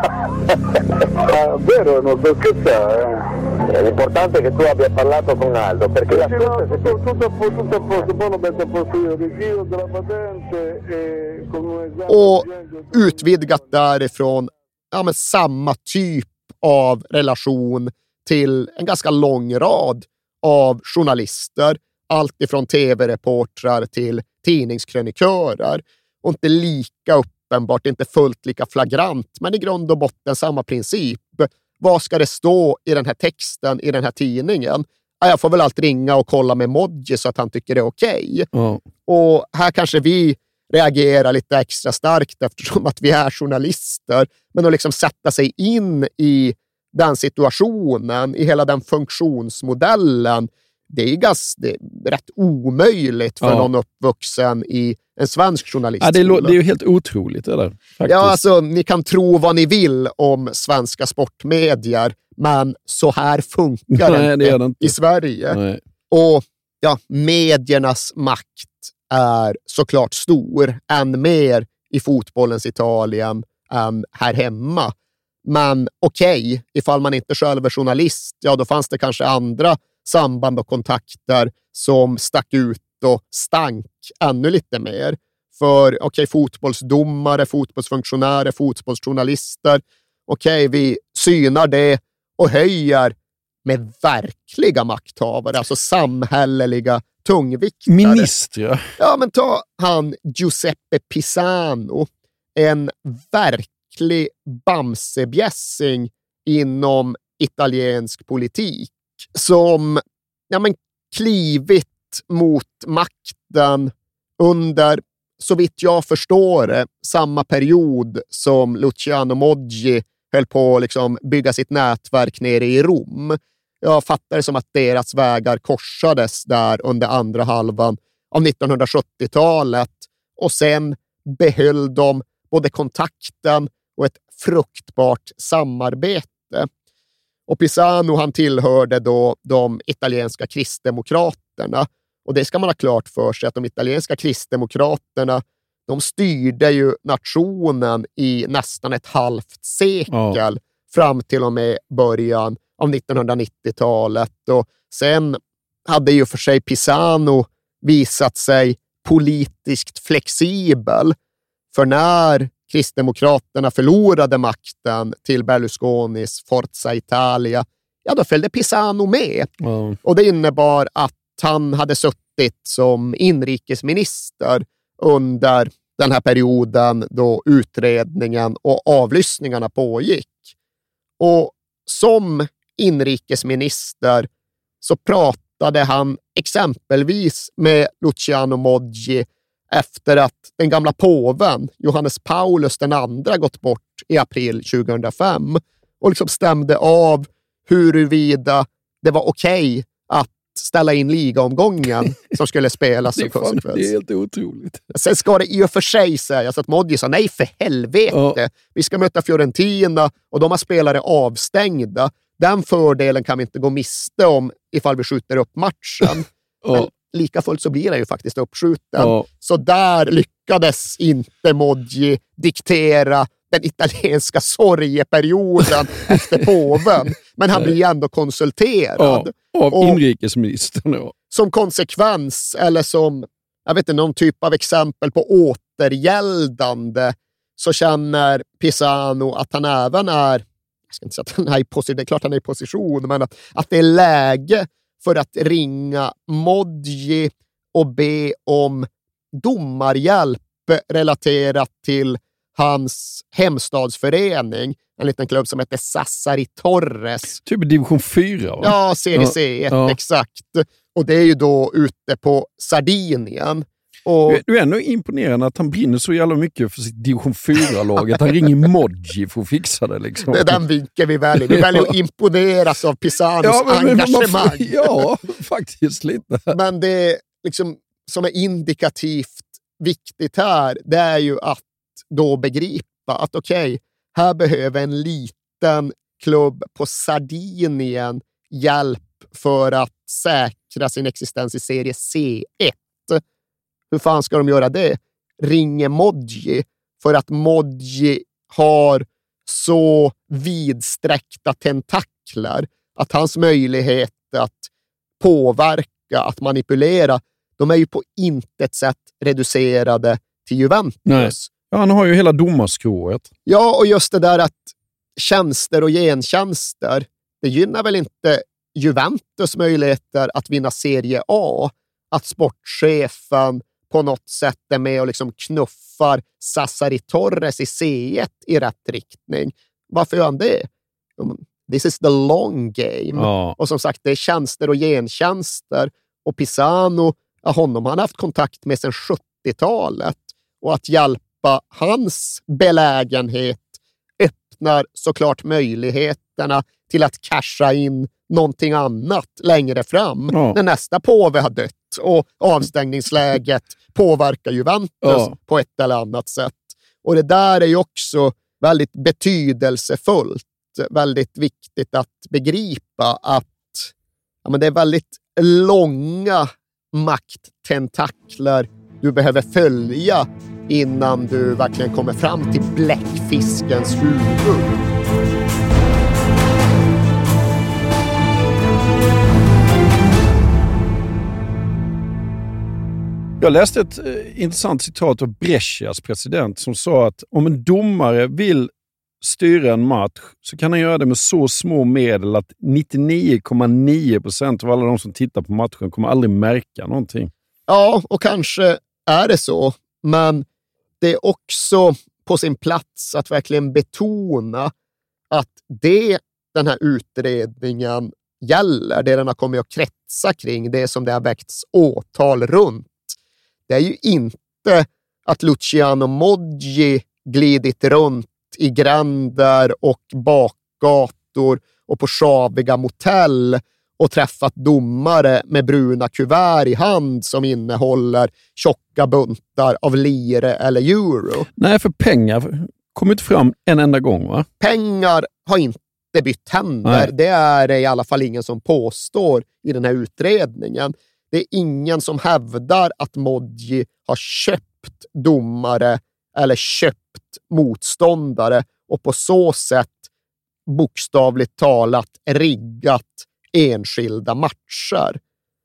G: Ah, vero, non sto scherzando, eh. L'importante è che tu abbia parlato con Aldo, perché la no, tutto, tutto a posto, tutto a posto, poi lo metto a posto io, ritiro della patente e con un esame.
J: Och utvidgat därifrån, ja, men samma typ av relation till en ganska lång rad av journalister, allt ifrån tv-reportrar till tidningskrönikörer, och inte lika uppenbart, inte fullt lika flagrant, men i grund och botten samma princip. Vad ska det stå i den här texten, i den här tidningen? Ja, jag får väl alltid ringa och kolla med Moggi så att han tycker det är okej. Okay.
I: Mm.
J: Och här kanske vi reagerar lite extra starkt eftersom att vi är journalister, men att liksom sätta sig in i den situationen, i hela den funktionsmodellen, det är, gas, det är rätt omöjligt för ja. någon uppvuxen i en svensk journalist.
I: Ja, det, är, det är ju helt otroligt det där, faktiskt.
J: Ja, alltså, ni kan tro vad ni vill om svenska sportmedier, men så här funkar
I: Nej, det, det
J: inte i Sverige.
I: Nej.
J: Och ja, mediernas makt är såklart stor, än mer i fotbollens Italien än här hemma. Men okej, okay, ifall man inte själv är journalist, ja då fanns det kanske andra samband och kontakter som stack ut och stank ännu lite mer. För okej, okay, fotbollsdomare, fotbollsfunktionärer, fotbollsjournalister, okej, okay, vi synar det och höjer med verkliga makthavare, alltså samhälleliga tungviktare.
I: Minister.
J: Ja, men ta han Giuseppe Pisano, en verklig bamsebjässing inom italiensk politik, som ja, men klivit mot makten under, så vitt jag förstår det, samma period som Luciano Moggi höll på att liksom bygga sitt nätverk nere i Rom. Jag fattar det som att deras vägar korsades där under andra halvan av nittonhundrasjuttiotalet, och sen behöll de både kontakten och ett fruktbart samarbete. Och Pisano, han tillhörde då de italienska kristdemokraterna, och det ska man ha klart för sig att de italienska kristdemokraterna, de styrde ju nationen i nästan ett halvt sekel ja. fram till och med början av nittonhundranittiotalet, och sen hade ju för sig Pisano visat sig politiskt flexibel, för när kristdemokraterna förlorade makten till Berlusconis Forza Italia, ja då följde Pisano med.
I: Mm.
J: Och det innebar att han hade suttit som inrikesminister under den här perioden då utredningen och avlyssningarna pågick. Och som inrikesminister så pratade han exempelvis med Luciano Moggi efter att den gamla påven Johannes Paulus den andra gått bort i april tjugohundrafem, och liksom stämde av huruvida det var okej okay att ställa in ligaomgången som skulle spelas som konsekvens.
I: Det är helt otroligt.
J: Sen ska det i och för sig sägas att Moggi sa nej för helvete. Ja. Vi ska möta Fiorentina och de har spelare avstängda. Den fördelen kan vi inte gå miste om ifall vi skjuter upp matchen. Ja. Men lika fullt så blir det ju faktiskt uppskjuten. Ja. Så där lyckades inte Moggi diktera den italienska sorgeperioden efter påven. Men han blir ändå konsulterad.
I: Ja, av inrikesministern. Ja.
J: Som konsekvens, eller som jag vet inte, någon typ av exempel på återgäldande, så känner Pisano att han även är, jag ska inte säga att han är i position, det är klart han är i position, men att, att det är läge för att ringa Moggi och be om domarhjälp relaterat till hans hemstadsförening, en liten klubb som heter Sassari Torres.
I: Typ division fyra, va?
J: Ja, serie C ett, ja, ja. Exakt. Och det är ju då ute på Sardinien. Och...
I: Du är ändå imponerande att han brinner så jävla mycket för sitt division fyra-lag att han ringer Modji för att fixa det. Liksom.
J: Det är den vinkeln vi väljer. Vi väljer att imponeras av Pisanos
I: ja, men,
J: engagemang.
I: Får, ja, faktiskt lite.
J: Men det liksom, som är indikativt viktigt här, det är ju att då begripa att okej, okay, här behöver en liten klubb på Sardinien hjälp för att säkra sin existens i serie C ett. Hur fan ska de göra det? Ringer Modji för att Modji har så vidsträckta tentakler att hans möjlighet att påverka, att manipulera, de är ju på intet sätt reducerade till Juventus.
I: Nej. Ja, han har ju hela domarskrået.
J: Ja, och just det där att tjänster och gentjänster, det gynnar väl inte Juventus möjligheter att vinna Serie A, att sportchefen på något sätt är med och liksom knuffar Sassari Torres i C ett i rätt riktning. Varför gör han det? This is the long game.
I: Ja.
J: Och som sagt, det är tjänster och gentjänster. Och Pisano, ja, honom har han haft kontakt med sedan sjuttiotalet. Och att hjälpa hans belägenhet öppnar såklart möjligheterna till att casha in någonting annat längre fram.
I: Ja.
J: När nästa påve har dött och avstängningsläget påverkar Juventus ja. på ett eller annat sätt. Och det där är ju också väldigt betydelsefullt. Väldigt viktigt att begripa att ja, men det är väldigt långa makttentakler du behöver följa innan du verkligen kommer fram till bläckfiskens huvud.
I: Jag läste ett eh, intressant citat av Brescias president som sa att om en domare vill styra en match så kan han göra det med så små medel att nittionio komma nio procent av alla de som tittar på matchen kommer aldrig märka någonting.
J: Ja, och kanske är det så, men det är också på sin plats att verkligen betona att det den här utredningen gäller, det den har kommit att kretsa kring, det som det har väckts åtal runt, det är ju inte att Luciano Modji glidit runt i gränder och bakgator och på sjaviga motell och träffat domare med bruna kuvert i hand som innehåller tjocka buntar av lire eller euro.
I: Nej, för pengar kommer inte fram en enda gång, va?
J: Pengar har inte bytt händer.
I: Nej.
J: Det är i alla fall ingen som påstår i den här utredningen. Det är ingen som hävdar att Modji har köpt domare eller köpt motståndare och på så sätt bokstavligt talat riggat enskilda matcher.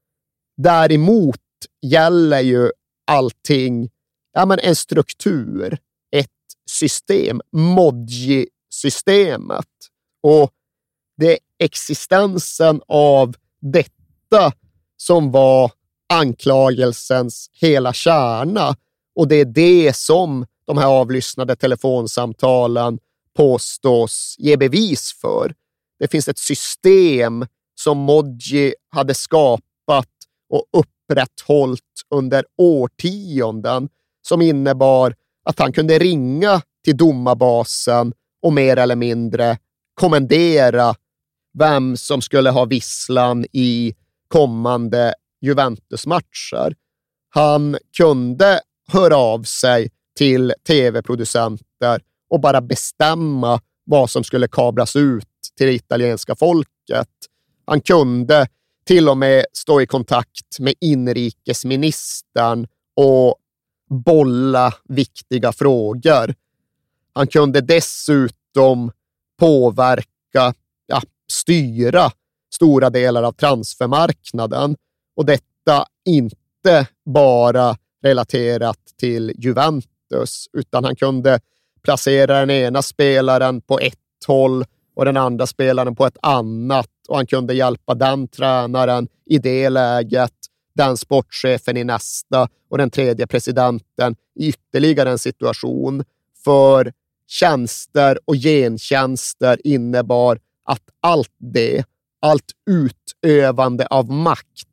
J: Däremot gäller ju allting, ja men en struktur, ett system, Modji-systemet. Och det är existensen av detta som var anklagelsens hela kärna. Och det är det som de här avlyssnade telefonsamtalen påstås ge bevis för. Det finns ett system som Modji hade skapat och upprätthållit under årtionden som innebar att han kunde ringa till domarbasen och mer eller mindre kommendera vem som skulle ha visslan i kommande Juventus-matcher. Han kunde höra av sig till tv-producenter och bara bestämma vad som skulle kablas ut till det italienska folket. Han kunde till och med stå i kontakt med inrikesministern och bolla viktiga frågor. Han kunde dessutom påverka, ja, styra stora delar av transfermarknaden, och detta inte bara relaterat till Juventus, utan han kunde placera den ena spelaren på ett håll och den andra spelaren på ett annat, och han kunde hjälpa den tränaren i det läget, den sportchefen i nästa och den tredje presidenten i ytterligare en situation. För tjänster och gentjänster innebar att allt det, allt utövande av makt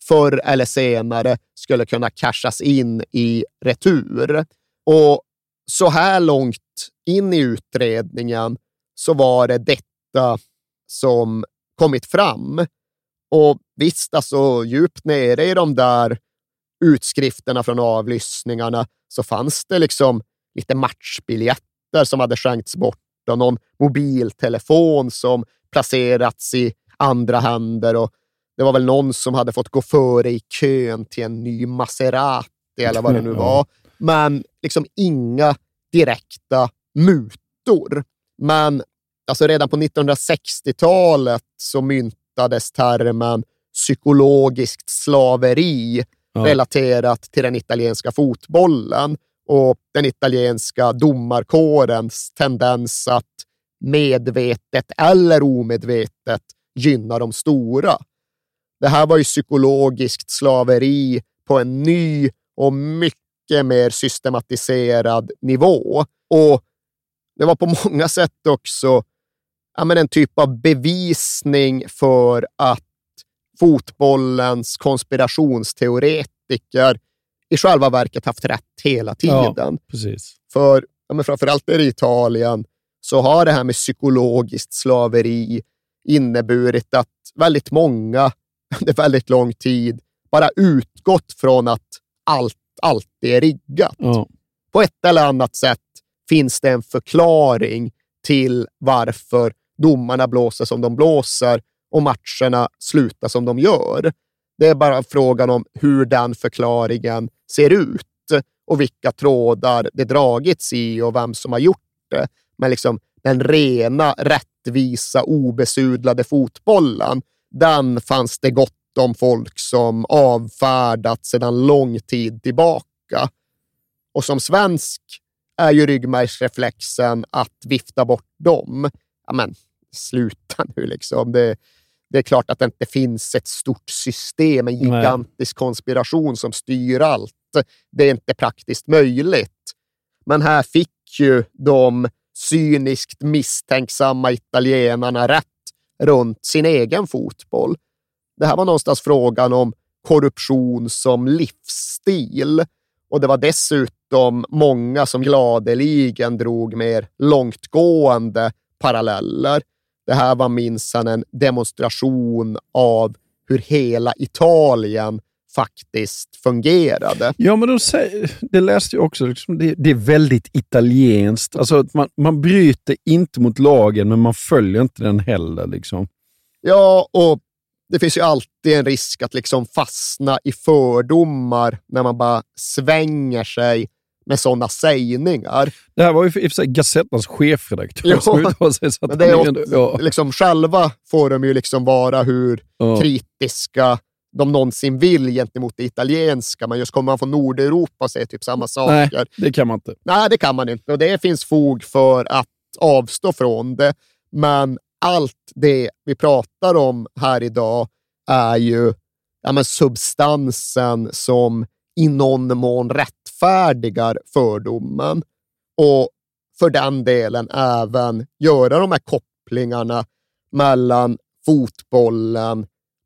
J: förr eller senare skulle kunna cashas in i retur. Och så här långt in i utredningen så var det detta som kommit fram. Och visst, alltså djupt nere i de där utskrifterna från avlyssningarna så fanns det liksom lite matchbiljetter som hade skänkts bort och någon mobiltelefon som placerats i andra händer, och det var väl någon som hade fått gå före i kön till en ny Maserati eller vad det nu var. Men liksom inga direkta mutor. Men alltså redan på nittonhundrasextiotalet så myntades termen psykologiskt slaveri ja. relaterat till den italienska fotbollen och den italienska domarkårens tendens att medvetet eller omedvetet gynna de stora. Det här var ju psykologiskt slaveri på en ny och mycket mer systematiserad nivå. Och det var på många sätt också ja, men en typ av bevisning för att fotbollens konspirationsteoretiker i själva verket haft rätt hela tiden.
I: Ja, precis.
J: För ja, men framförallt i Italien så har det här med psykologiskt slaveri inneburit att väldigt många under väldigt lång tid bara utgått från att allt alltid är riggat.
I: Ja.
J: På ett eller annat sätt finns det en förklaring till varför domarna blåser som de blåser och matcherna slutar som de gör. Det är bara frågan om hur den förklaringen ser ut och vilka trådar det dragits i och vem som har gjort det. Men liksom den rena, rättvisa, obesudlade fotbollen, den fanns det gott om folk som avfärdat sedan lång tid tillbaka. Och som svensk är ju ryggmärgsreflexen att vifta bort dem. Ja men, sluta nu liksom. Det, det är klart att det inte finns ett stort system, en gigantisk Nej. konspiration som styr allt. Det är inte praktiskt möjligt. Men här fick ju de cyniskt misstänksamma italienarna rätt runt sin egen fotboll. Det här var någonstans frågan om korruption som livsstil. Och det var dessutom många som gladeligen drog mer långtgående paralleller. Det här var minsann en demonstration av hur hela Italien faktiskt fungerade.
I: Ja, men de säger, det läste jag också, liksom, det, det är väldigt italienskt. Alltså, man, man bryter inte mot lagen, men man följer inte den heller. Liksom.
J: Ja, och det finns ju alltid en risk att liksom fastna i fördomar när man bara svänger sig med sådana sägningar.
I: Det här var ju i och för sig Gazettans chefredaktör
J: ja,
I: som uttalade sig. Så att
J: men det är
I: ändå, ja.
J: liksom, själva får de ju liksom vara hur ja. kritiska de någonsin vill gentemot det italienska. Men just kommer man från Nordeuropa och säger typ samma saker.
I: Nej, det kan man inte.
J: Nej, det kan man inte. Och det finns fog för att avstå från det. Men allt det vi pratar om här idag är ju ja, men substansen som i någon mån rättfärdigar fördomen. Och för den delen även göra de här kopplingarna mellan fotbollen,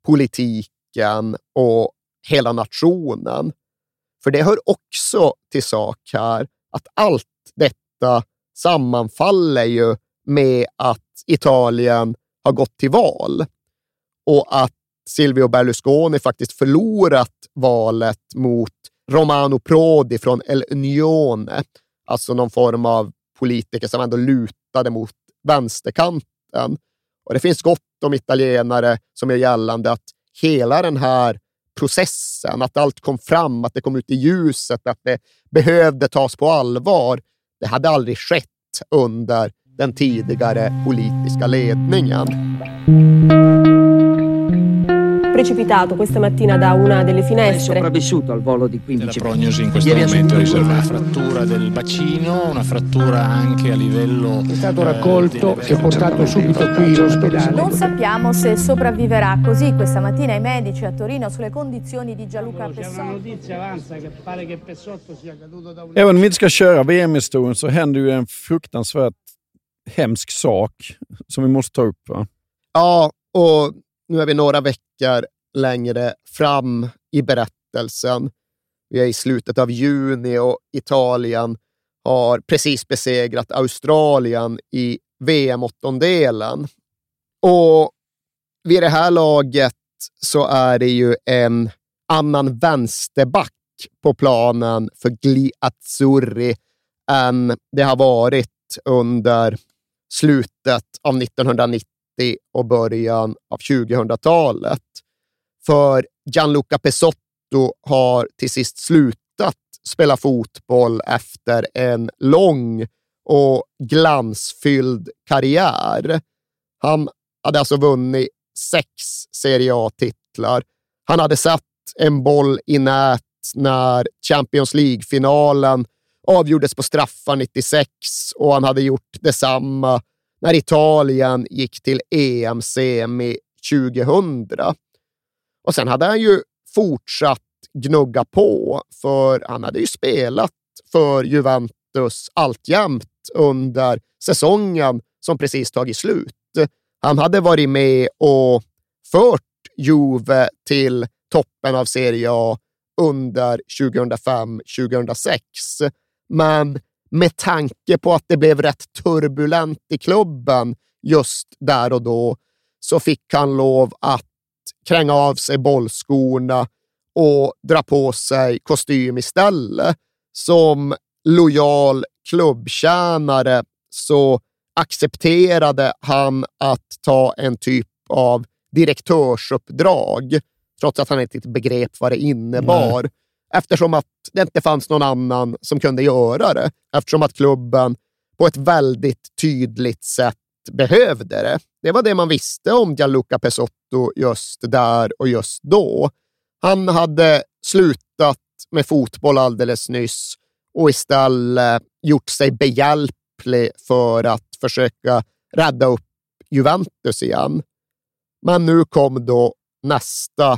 J: politiken och hela nationen. För det hör också till sak här att allt detta sammanfaller ju med att Italien har gått till val och att Silvio Berlusconi faktiskt förlorat valet mot Romano Prodi från El Unione, alltså någon form av politiker som ändå lutade mot vänsterkanten. Och det finns gott om italienare som är gällande att hela den här processen, att allt kom fram, att det kom ut i ljuset, att det behövde tas på allvar, det hade aldrig skett under den tidigare politiska ledningen.
P: Precipitato questa mattina da una delle finestre.
Q: È sopravvissuto al volo di quindici.
R: La prognosi in questo momento riserva una frattura del bacino, una frattura anche a livello.
S: È stato raccolto e portato subito qui in ospedale.
T: Non sappiamo se sopravviverà. Così questa mattina i medici a Torino sulle condizioni di Gianluca Pessotto.
S: C'è una notizia avanza che pare che Pessotto sia caduto da un.
I: Även om vi inte ska köra V M-historien så händer ju en fruktansvärt hemsk sak som vi måste ta upp. Va?
J: Ja, och nu är vi några veckor längre fram i berättelsen. Vi är i slutet av juni och Italien har precis besegrat Australien i V M-åttondelen. Och vid det här laget så är det ju en annan vänsterback på planen för Gli Azzurri än det har varit under slutet av nittonhundranittio och början av tjugohundratalet. För Gianluca Pesotto har till sist slutat spela fotboll efter en lång och glansfylld karriär. Han hade alltså vunnit sex Serie A-titlar. Han hade satt en boll i nät när Champions League-finalen avgjordes på straffar nittiosex och han hade gjort detsamma när Italien gick till E M-semi tjugohundra. Och sen hade han ju fortsatt gnugga på, för han hade ju spelat för Juventus alltjämt under säsongen som precis tagit slut. Han hade varit med och fört Juve till toppen av Serie A under tjugohundrafem tjugohundrasex. Men med tanke på att det blev rätt turbulent i klubben just där och då så fick han lov att kränga av sig bollskorna och dra på sig kostym istället. Som lojal klubbtjänare så accepterade han att ta en typ av direktörsuppdrag, trots att han inte begrep vad det innebar. Nej. Eftersom att det inte fanns någon annan som kunde göra det. Eftersom att klubben på ett väldigt tydligt sätt behövde det. Det var det man visste om Gianluca Pesotto just där och just då. Han hade slutat med fotboll alldeles nyss och istället gjort sig behjälplig för att försöka rädda upp Juventus igen. Men nu kom då nästa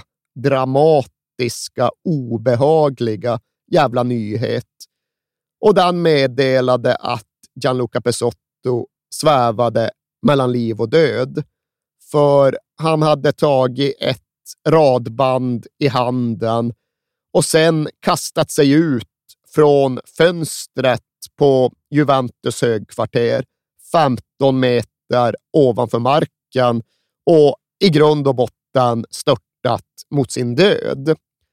J: dramatiska, obehagliga jävla nyhet. Och den meddelade att Gianluca Pesotto svävade mellan liv och död. För han hade tagit ett radband i handen och sen kastat sig ut från fönstret på Juventus högkvarter femton meter ovanför marken och i grund och botten störtat mot sin död.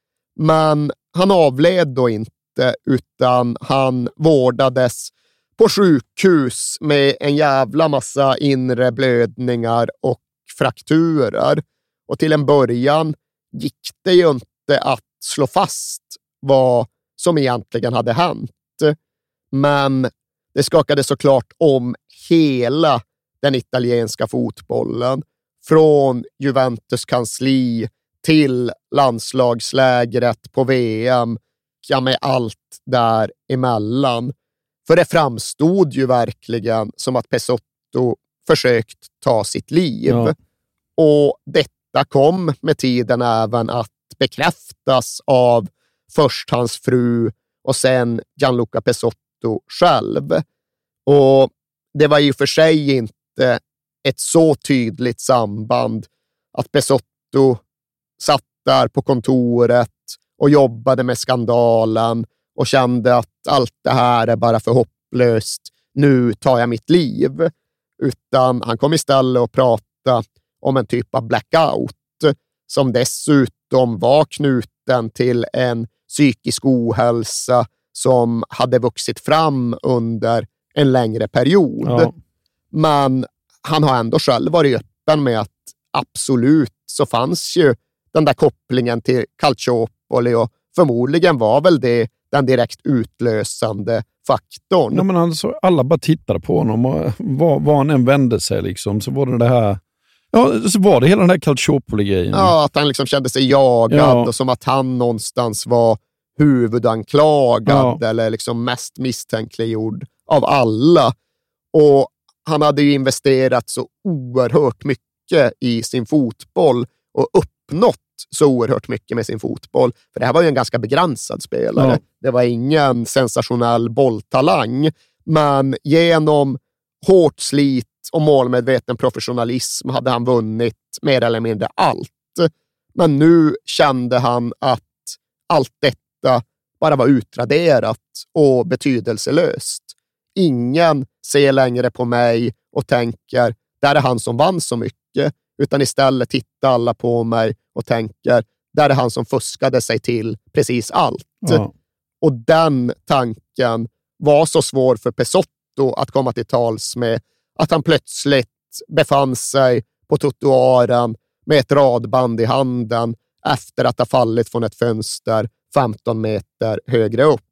J: Men han avled då inte, utan han vårdades på sjukhus med en jävla massa inre blödningar och frakturer. Och till en början gick det ju inte att slå fast vad som egentligen hade hänt. Men det skakade såklart om hela den italienska fotbollen. Från Juventus kansli till landslagslägret på V M. Ja, med allt däremellan. För det framstod ju verkligen som att Pesotto försökt ta sitt liv. Ja. Och detta kom med tiden även att bekräftas av först hans fru och sen Gianluca Pesotto själv. Och det var ju för sig inte ett så tydligt samband att Pesotto satt där på kontoret och jobbade med skandalen och kände att allt det här är bara för hopplöst, nu tar jag mitt liv. Utan han kom istället att prata om en typ av blackout som dessutom var knuten till en psykisk ohälsa som hade vuxit fram under en längre period. Ja. Men han har ändå själv varit öppen med att absolut så fanns ju den där kopplingen till Calciopoli och förmodligen var väl det den direkt utlösande faktorn.
I: Ja, men alltså, alla bara tittade på honom och var, var han än vände sig liksom, så var det det här, ja, så var det hela den här Calciopoli-grejen.
J: Ja, att han liksom kände sig jagad ja. Och som att han någonstans var huvudanklagad ja. Eller liksom mest misstänkliggjord av alla. Och han hade ju investerat så oerhört mycket i sin fotboll och uppnått så oerhört mycket med sin fotboll. För det här var ju en ganska begränsad spelare. Ja. Det var ingen sensationell bolltalang. Men genom hårt slit och målmedveten professionalism hade han vunnit mer eller mindre allt. Men nu kände han att allt detta bara var utraderat och betydelselöst. Ingen ser längre på mig och tänker, där är han som vann så mycket, utan istället tittar alla på mig och tänker, där är han som fuskade sig till precis allt. Ja. Och den tanken var så svår för Pesotto att komma till tals med, att han plötsligt befann sig på trottoaren med ett radband i handen efter att ha fallit från ett fönster femton meter högre upp.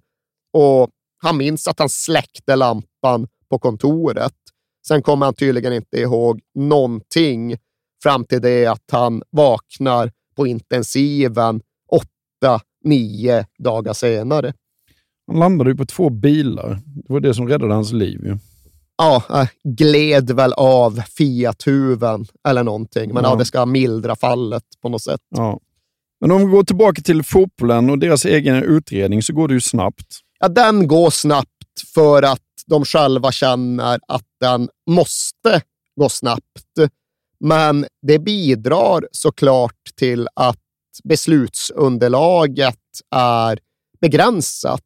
J: Och han minns att han släckte lampan på kontoret. Sen kommer han tydligen inte ihåg någonting fram till det att han vaknar på intensiven åtta, nio dagar senare.
I: Han landade ju på två bilar. Det var det som räddade hans liv. Ju.
J: Ja, gled väl av Fiat-huven eller någonting. Men ja. ja, det ska mildra fallet på något sätt.
I: Ja. Men om vi går tillbaka till fotbollen och deras egen utredning så går det ju snabbt.
J: Ja, den går snabbt för att de själva känner att den måste gå snabbt. Men det bidrar såklart till att beslutsunderlaget är begränsat.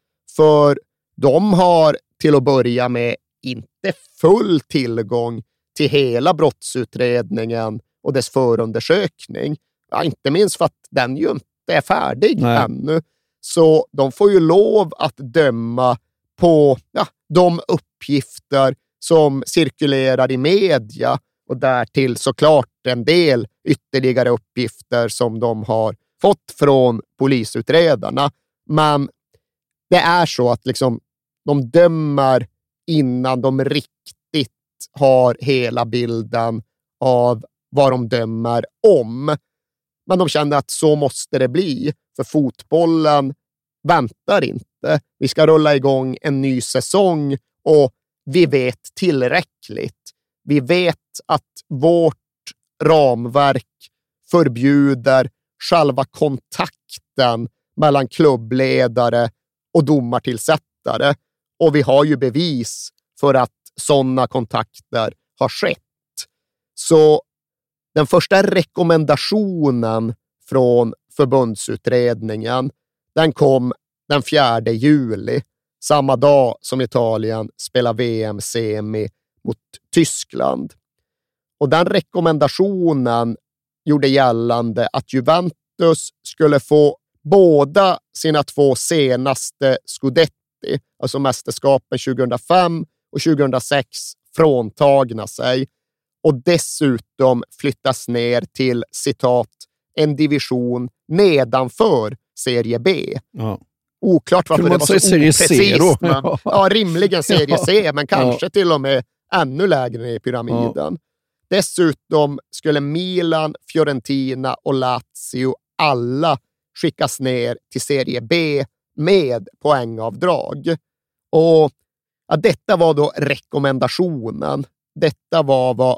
J: För de har till att börja med inte full tillgång till hela brottsutredningen och dess förundersökning. Ja, inte minst för att den ju inte är färdig Nej. ännu. Så de får ju lov att döma på ja, de uppgifter som cirkulerar i media och därtill såklart en del ytterligare uppgifter som de har fått från polisutredarna. Men det är så att liksom, de dömer innan de riktigt har hela bilden av vad de dömer om. Men de kände att så måste det bli, för fotbollen väntar inte. Vi ska rulla igång en ny säsong och vi vet tillräckligt. Vi vet att vårt ramverk förbjuder själva kontakten mellan klubbledare och domartillsättare. Och vi har ju bevis för att sådana kontakter har skett. Så den första rekommendationen från förbundsutredningen, den kom den fjärde juli, samma dag som Italien spelar V M-semi mot Tyskland. Och den rekommendationen gjorde gällande att Juventus skulle få båda sina två senaste scudetti, alltså mästerskapen tjugohundrafem och tjugohundrasex, fråntagna sig och dessutom flyttas ner till, citat, en division nedanför serie B.
I: Ja.
J: Oklart varför det var så oprecis, men
I: ja.
J: ja, rimligen serie C,
I: Ja.
J: men kanske
I: Ja.
J: till och med ännu lägre i pyramiden. Ja. Dessutom skulle Milan, Fiorentina och Lazio alla skickas ner till serie B med poängavdrag. Och ja, detta var då rekommendationen. Detta var vad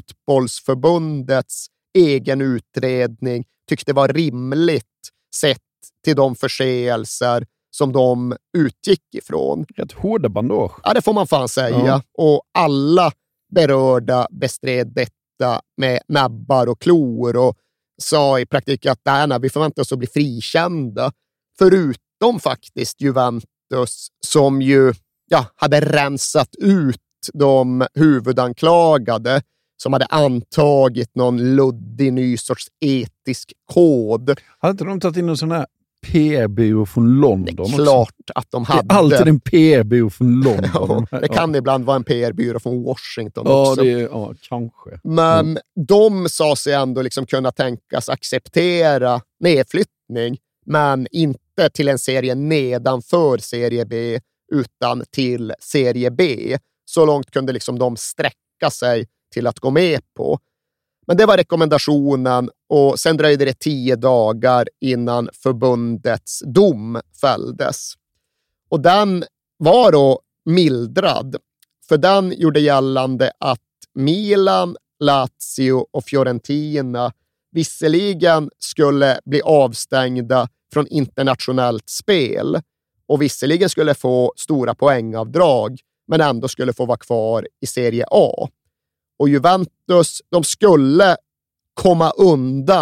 J: fotbollsförbundets egen utredning tyckte var rimligt sett till de förseelser som de utgick ifrån.
I: Rätt hårda bandage.
J: Ja, det får man fan säga.
I: Ja.
J: Och alla berörda bestred detta med näbbar och klor och sa i praktiken att nej, nej, vi förväntar oss att bli frikända. Förutom faktiskt Juventus som ju ja, hade rensat ut de huvudanklagade som hade antagit någon luddig ny sorts etisk kod.
I: Hade inte de tagit in en sån här P R-byrå från London?
J: Det är klart också att de hade.
I: Det är alltid en P R-byrå från London.
J: Ja, det kan ja. ibland vara en P R-byrå från Washington
I: ja,
J: också.
I: Det är, ja, kanske.
J: Men
I: mm.
J: de sa sig ändå liksom kunna tänkas acceptera nedflyttning, men inte till en serie nedanför serie B utan till serie B. Så långt kunde liksom de sträcka sig till att gå med på. Men det var rekommendationen och sen dröjde det tio dagar innan förbundets dom fälldes. Och den var då mildrad, för den gjorde gällande att Milan, Lazio och Fiorentina visserligen skulle bli avstängda från internationellt spel och visserligen skulle få stora poängavdrag, men ändå skulle få vara kvar i serie A. Och Juventus, de skulle komma undan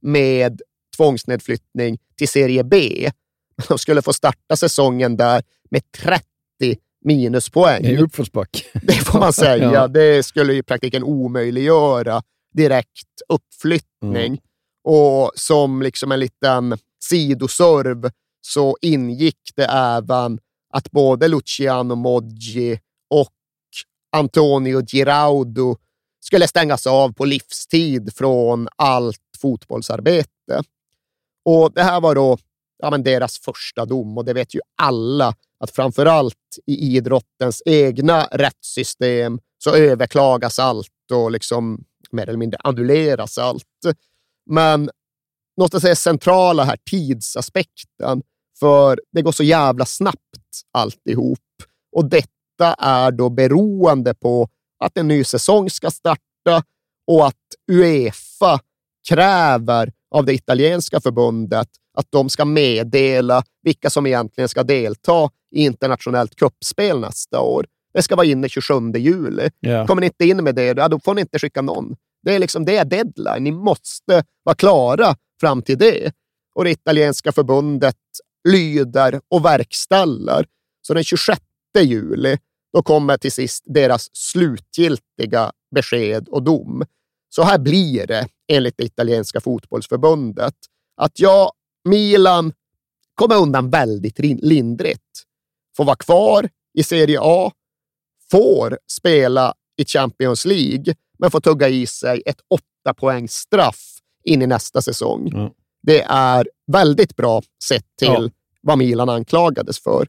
J: med tvångsnedflyttning till serie B. De skulle få starta säsongen där med trettio minuspoäng.
I: Det är uppförsback.
J: Det får man säga. Ja. Det skulle i praktiken omöjliggöra direkt uppflyttning. Mm. Och som liksom en liten sidoserv så ingick det även att både Luciano Moggi och Antonio Giraudo skulle stängas av på livstid från allt fotbollsarbete. Och det här var då ja, men deras första dom, och det vet ju alla att framförallt i idrottens egna rättssystem så överklagas allt och liksom mer eller mindre annulleras allt. Men måste säga centrala här, tidsaspekten, för det går så jävla snabbt alltihop. Och detta är då beroende på att en ny säsong ska starta och att UEFA kräver av det italienska förbundet att de ska meddela vilka som egentligen ska delta i internationellt cupspel nästa år. Det ska vara inne tjugosjunde juli. Yeah. Kommer ni inte in med det, ja, då får ni inte skicka någon. Det är liksom det är deadline. Ni måste vara klara fram till det. Och det italienska förbundet lyder och verkställer. Så den tjugosjätte juli då kommer till sist deras slutgiltiga besked och dom. Så här blir det enligt det italienska fotbollsförbundet. Att ja, Milan kommer undan väldigt lindrigt. Får vara kvar i Serie A. Får spela i Champions League. Men får tugga i sig ett åtta poängs straff in i nästa säsong. Mm. Det är väldigt bra sett till ja. vad Milan anklagades för.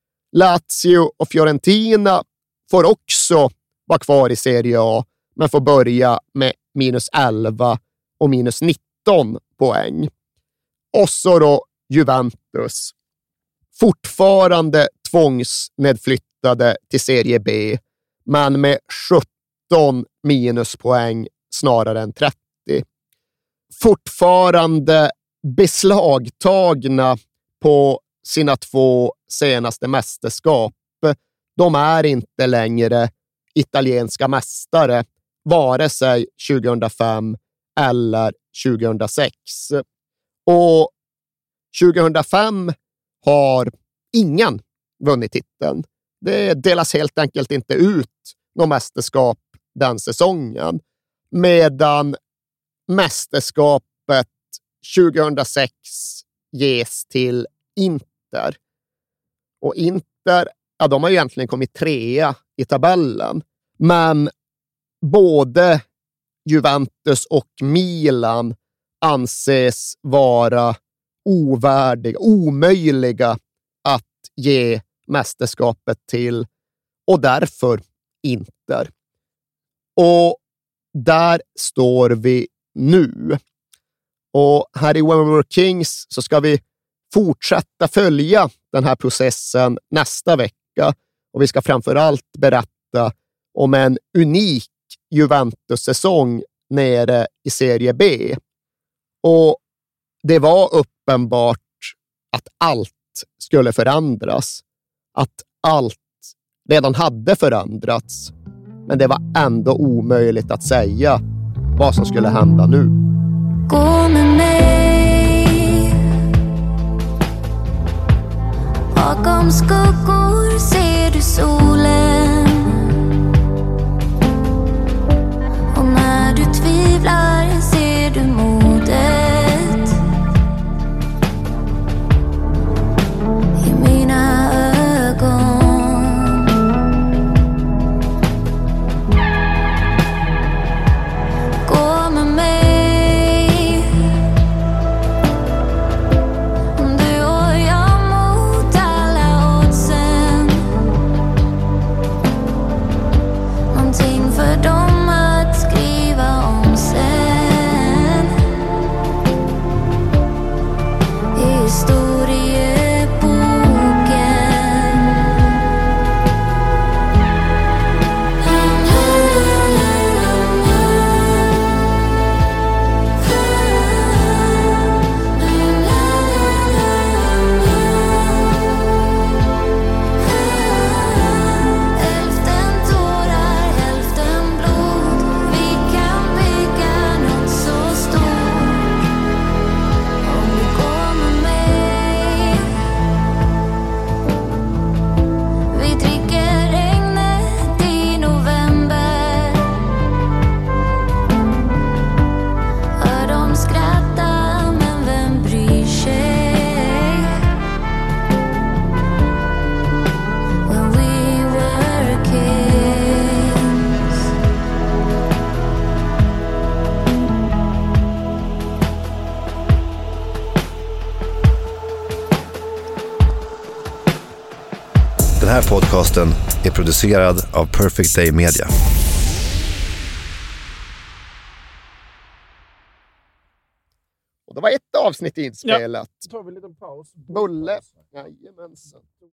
J: Lazio och Fiorentina får också vara kvar i Serie A, men får börja med minus elva och minus nitton poäng. Och så då Juventus. Fortfarande tvångsnedflyttade till Serie B, men med sjutton minuspoäng snarare än trettio. Fortfarande beslagtagna på sina två senaste mästerskap. De är inte längre italienska mästare, vare sig tjugohundrafem eller tjugohundrasex. Och tjugohundrafem har ingen vunnit titeln. Det delas helt enkelt inte ut någon mästerskap den säsongen. Medan mästerskapet tjugohundrasex ges till Inter. Och Inter, ja, de har ju egentligen kommit trea i tabellen. Men både Juventus och Milan anses vara ovärdiga, omöjliga att ge mästerskapet till. Och därför Inter. Och där står vi nu. Och här i When We Were Kings så ska vi fortsätta följa den här processen nästa vecka. Och vi ska framförallt berätta om en unik Juventus-säsong nere i Serie B. Och det var uppenbart att allt skulle förändras. Att allt redan hade förändrats. Men det var ändå omöjligt att säga vad som skulle hända nu.
U: Gå med mig. Bakom skuggor ser du solen. Och när du tvivlar ser du modet i mina ögon. Gå med mig. Du och jag mot alla oddsen. Någonting för dem att skriva om
A: podcasten är producerad av Perfect Day Media.
J: Och det var ett avsnitt inspelat.
I: Ja, tar vi en liten paus.
J: Bulle. Jajamensan.